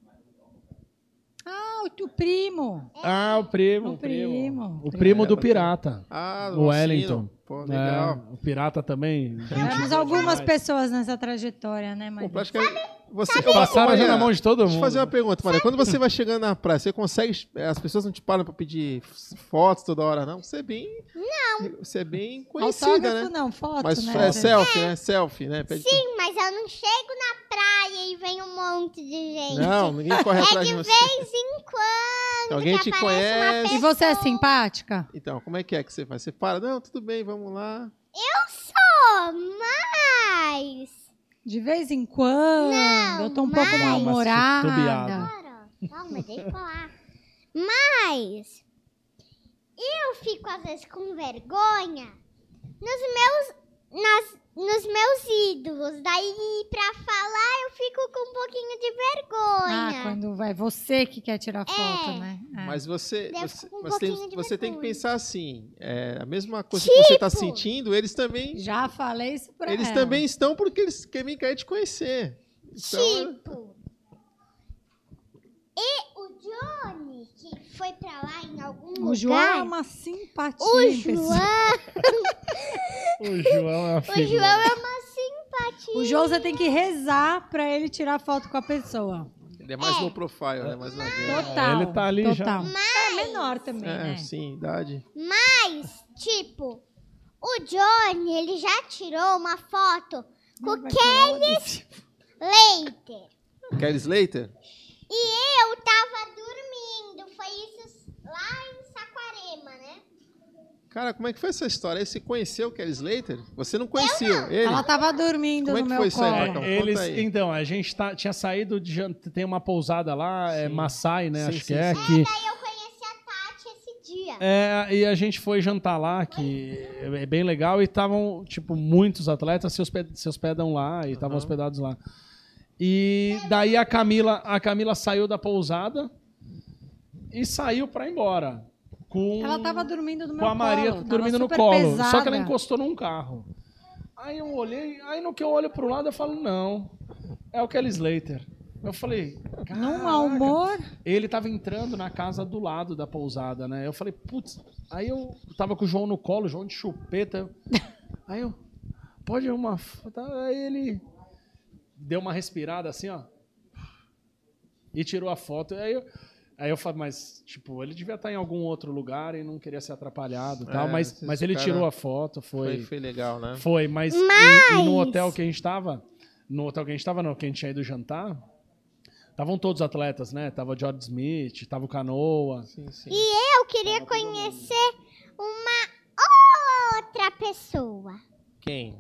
Ah, o tio primo. Ah, o primo. O primo. O primo do É, pirata. Ah, O Wellington. Alcino. Pô, legal. É, o pirata também. gente Tivemos boa algumas demais. pessoas nessa trajetória, né, Pô, Maria? praticamente... Você, Ô, Passaram já Maria, na mão de todo mundo. Deixa eu fazer uma pergunta, Maria. Quando você vai chegando na praia, você consegue... As pessoas não te param pra pedir fotos toda hora, não? Você é bem... Não. Você é bem conhecida, Autógrafo né? não, foto, Mas né? é selfie, né? Selfie, né? Pede Sim, mas eu não chego na praia praia e vem um monte de gente. Não, ninguém corre atrás é de de você. vez em quando. Alguém que te aparece uma conhece. E você é pessoa. simpática? Então, como é que é que você faz? Você para, não, tudo bem, vamos lá. Eu sou, mas... De vez em quando. Não, eu tô um pouco mas- mal-humorada. titubeada. Cara, calma, deixa eu falar. Mas eu fico às vezes com vergonha nos meus, nas, nos meus ídolos. Daí, pra falar, eu fico com um pouquinho de Ah, vergonha. quando vai você que quer tirar foto, É. né? É. Mas você, Daí eu você, fico com um você, tem, pouquinho de você tem que vergonha. pensar assim, é, a mesma coisa que você está Tipo? sentindo, eles também, Já falei isso pra eles ela. também estão porque eles querem querer te conhecer. Então, Tipo, e o Johnny, que foi pra lá em algum O lugar... João é uma simpatia, O hein, pessoal? João, O João é uma o figura. João é uma simpatia. O João, você tem que rezar pra ele tirar foto com a pessoa. ele é mais É. low profile, né? Mais na dele. Total. ele tá ali já. total. É menor também, É, né? sim, idade. Mas, tipo, o Johnny, ele já tirou uma foto com o Vai falar disso. Leiter. Kelly Slater? E eu tava dormindo. Foi isso lá em Saquarema, né? Cara, como é que foi essa história? Aí você conheceu o Kelly Slater? Você não conhecia ele? Ela tava dormindo Como é no que meu foi isso aí, colo. Marcão? É, eles, Conta aí. então, a gente tá, tinha saído de janta, tem uma pousada lá, é Sim. Maasai, né? Sim, acho sim, que é sim. que Daí eu conheci a Tati esse dia. é, e a gente foi jantar lá, que é bem legal, e estavam, tipo, muitos atletas se, hosped se hospedam lá, e estavam Uhum. hospedados lá. E daí a Camila, a Camila saiu da pousada e saiu pra ir embora. Com, Ela tava dormindo no meu com a Maria colo. tava dormindo no super colo. pesada. Só que ela encostou num carro. Aí eu olhei, aí no que eu olho pro lado eu falo, não, é o Kelly Slater. Eu falei, Num "Caraca." mau humor. Ele tava entrando na casa do lado da pousada, né? Eu falei, putz. Aí eu tava com o João no colo, o João de chupeta. eu- Aí eu, pode uma. foto?" Aí ele deu uma respirada assim, ó. E tirou a foto. Aí eu, aí eu falei, mas, tipo, ele devia estar em algum outro lugar e não queria ser atrapalhado e tal. É, Mas, esse mas ele cara tirou a foto, Foi, foi. foi legal, né? Foi, mas, Mas- E, e no hotel que a gente tava, no hotel que a gente tava, não, que a gente tinha ido jantar, estavam todos atletas, né? Tava o George Smith, tava o Canoa. Sim, sim. E eu queria conhecer uma outra pessoa. Quem?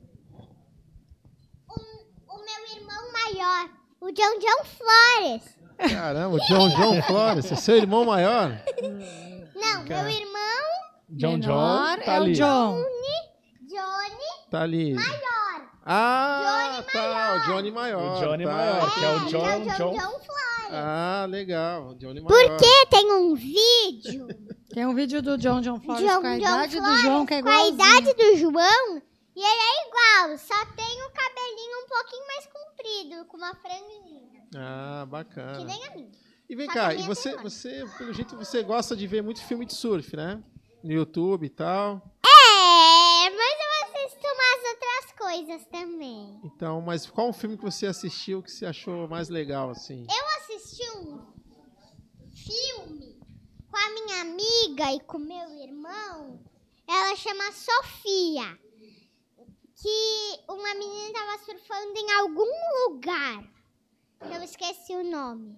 O, o meu irmão maior, o John John Flores. Caramba, o John John Flores, é seu irmão maior? Não, Cara. meu irmão John Menor John tá é ali. o John. Johnny Tá ali. maior. Ah, tá, o Johnny maior. O Johnny tá. maior, que é o John John John, John. John Flores. Ah, legal, o Johnny maior. Porque tem um vídeo Tem um vídeo do John John Flores John com a John idade do Flores João, que é com a igualzinho. idade do João e ele é igual, só tem o cabelinho um pouquinho mais comprido, com uma franjinha, Ah, que bacana. nem a minha. E vem Só cá, que a e minha você, tem mais. você, pelo jeito, você gosta de ver muito filme de surf, né? No YouTube e tal. É, mas eu assisto umas outras coisas também. Então, mas qual um filme que você assistiu que você achou mais legal, assim? Eu assisti um filme com a minha amiga e com meu irmão. Ela chama Sofia. Que uma menina estava surfando em algum lugar. Eu esqueci o nome.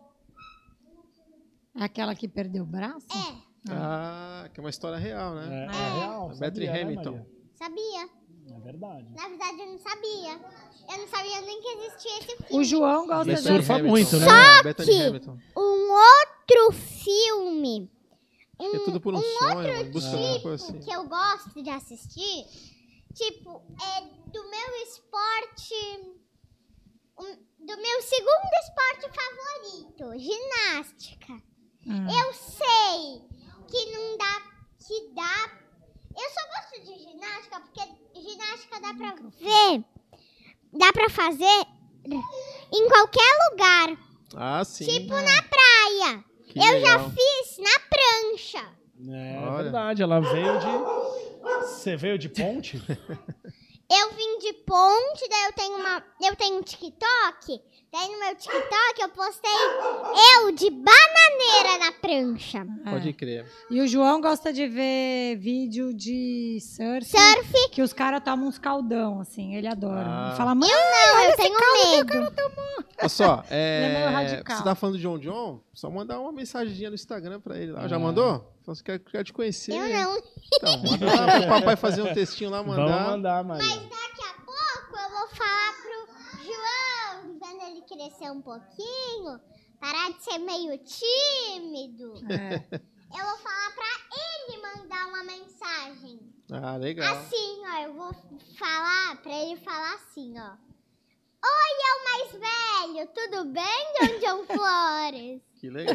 É aquela que perdeu o braço? É, Ah, que é uma história real, É, né? é real. A sabia, Bethany né, Hamilton. Maria? sabia. É verdade. Na verdade, eu não sabia. Eu não sabia nem que existia esse filme. O João gosta Ele de... surfa Hamilton. muito, né? É, Bethany que- Hamilton. Um outro filme Acho que é tudo por um, sonho, em busca de uma coisa assim. que eu gosto de assistir, tipo, é do meu esporte, um- do meu segundo esporte favorito, ginástica. Hum. Eu sei que não dá, que dá. Eu só gosto de ginástica porque ginástica dá pra ver, dá pra fazer em qualquer lugar, Ah, sim. tipo na praia. Que Eu já legal. fiz na prancha. É Olha. verdade, ela veio de. Você veio de ponte? eu vim de Ponte, daí eu tenho uma, eu tenho um TikTok, daí no meu TikTok eu postei eu de bananeira na prancha. É. Pode crer. E o João gosta de ver vídeo de surf. Surf. Que os caras tomam uns caldão, assim. Ele adora. Ah. Ele fala, mãe, Não, eu tenho medo. Olha só, é, Ele é meio radical. você tá falando de John John? Só mandar uma mensagenzinha no Instagram pra ele lá. Já É. mandou? Você quer, quer te conhecer? Eu não. Então, manda lá pro papai fazer um textinho lá, mandar. Vamos mandar, Maria. Daqui a pouco eu vou falar pro João, quando ele crescer um pouquinho, parar de ser meio tímido. É. Eu vou falar pra ele mandar uma mensagem. Ah, legal. Assim, ó, eu vou falar pra ele falar assim, ó. Oi, eu mais velho, tudo bem, John John Flores? Que legal.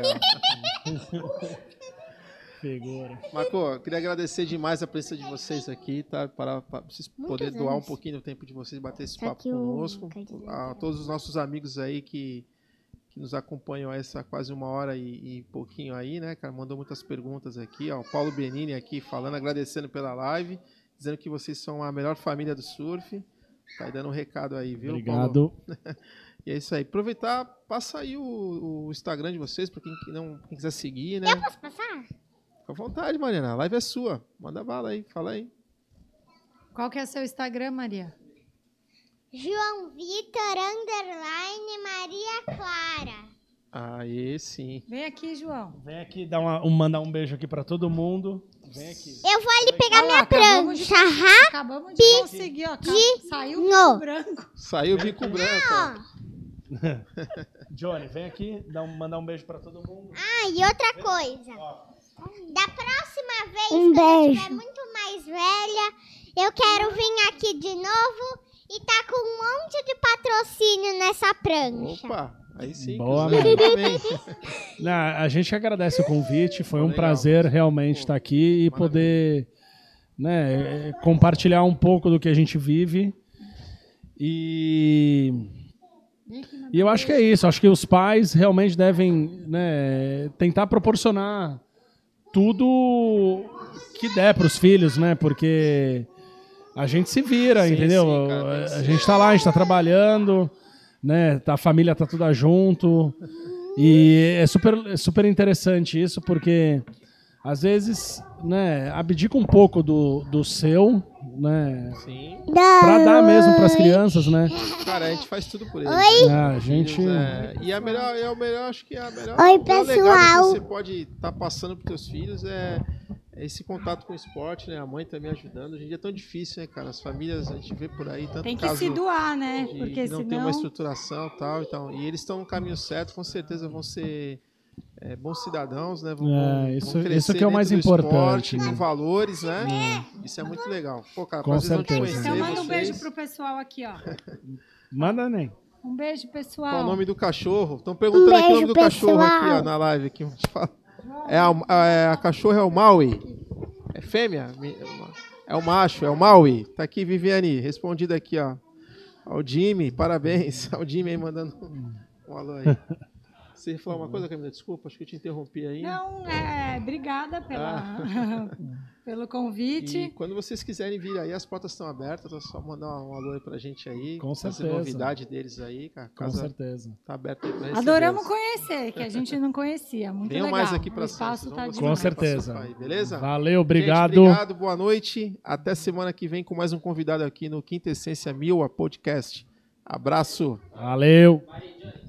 Figura. Marco, queria agradecer demais a presença de vocês aqui, tá? Para, para vocês poderem doar um anos. pouquinho do tempo de vocês, bater esse Tá papo aqui o conosco. cartão. A todos os nossos amigos aí que, que nos acompanham há essa quase uma hora e, e pouquinho aí, né, cara? Mandou muitas perguntas aqui, ó. O Paulo Benini aqui falando, agradecendo pela live, dizendo que vocês são a melhor família do surf. Tá aí dando um recado aí, viu, Paulo? Obrigado. E é isso aí. Aproveitar, passa aí o, o Instagram de vocês, para quem, não, quem quiser seguir, né? Eu posso passar? Fica à vontade, Mariana. A live é sua. Manda bala aí, fala aí. Qual que é o seu Instagram, Maria? João Vitor, underline, Maria Clara. Aí sim. Vem aqui, João. Vem aqui dar uma, um, mandar um beijo aqui pra todo mundo. Vem aqui. Eu vou ali pegar Olha lá, minha acabamos de- prancha, ha? Acabamos de conseguir, ó. Ca- Saiu o no. bico branco. Saiu o bico branco. ó. Ó. Johnny, vem aqui dar um, mandar um beijo pra todo mundo. Ah, e outra coisa. Da próxima vez Um que eu beijo. estiver muito mais velha, eu quero vir aqui de novo e tá com um monte de patrocínio nessa prancha. Opa, aí sim. Boa, quiser, mano. vem. Não, a gente agradece o convite, foi um Legal. prazer realmente Pô, estar aqui e maravilha. poder, né, compartilhar um pouco do que a gente vive. E, e eu acho que é isso, acho que os pais realmente devem, né, tentar proporcionar tudo que der para os filhos, né, porque a gente se vira, Sim, entendeu? sim, cara, tem que a ser. gente tá lá, a gente tá trabalhando, né, a família tá toda junto. E é super, é super interessante isso, porque às vezes, né, abdica um pouco do, do seu, né, Sim. pra dar mesmo pras crianças, né? Cara, a gente faz tudo por eles. Oi. né? Ah, a gente. Filhos, é, e a melhor, é o melhor, acho que é a melhor. Oi, o melhor legado pessoal. que você pode estar passando pros teus filhos é é esse contato com o esporte, né? A mãe também ajudando. Hoje em dia é tão difícil, né, cara? As famílias, a gente vê por aí tanto Tem que caso se doar, né? de Porque não ter senão... uma estruturação e tal, então. E eles estão no caminho certo, com certeza vão ser é, bons cidadãos, né? Vão, É, vão- isso- vão crescer isso que é o mais dentro do importante, esporte, né? com valores, né? Isso é muito legal. Pô, cara, Com prazer não te certeza. conhecer. Então manda um vocês. beijo pro pessoal aqui, ó. Manda, nem. Um beijo, pessoal. Qual o nome do cachorro? Estão perguntando aqui o nome beijo, do cachorro pessoal. aqui, ó, na live. Aqui, vamos falar. É a, é, a cachorra é o Maui. É fêmea? É o macho, é o Maui. Tá aqui, Viviane, respondido aqui, ó. Ao Jimmy, parabéns. Ao Jimmy aí mandando um alô aí. Você ia falar uma coisa, Camila? Desculpa, acho que eu te interrompi aí. Não, é, obrigada pela, pelo E convite. quando vocês quiserem vir aí, as portas estão abertas. É só mandar um alô aí pra gente aí. Com fazer certeza. novidade deles aí. A Com casa certeza. tá aberta aí pra recebê-los. Adoramos conhecer, que a gente não conhecia. Muito Venham legal. mais aqui pra o espaço Santos, tá vamos demais. Com certeza. Pra surfar aí, beleza? Valeu, obrigado. Gente, obrigado, boa noite. Até semana que vem com mais um convidado aqui no Quinta Essência Mil, a podcast. Abraço. Valeu.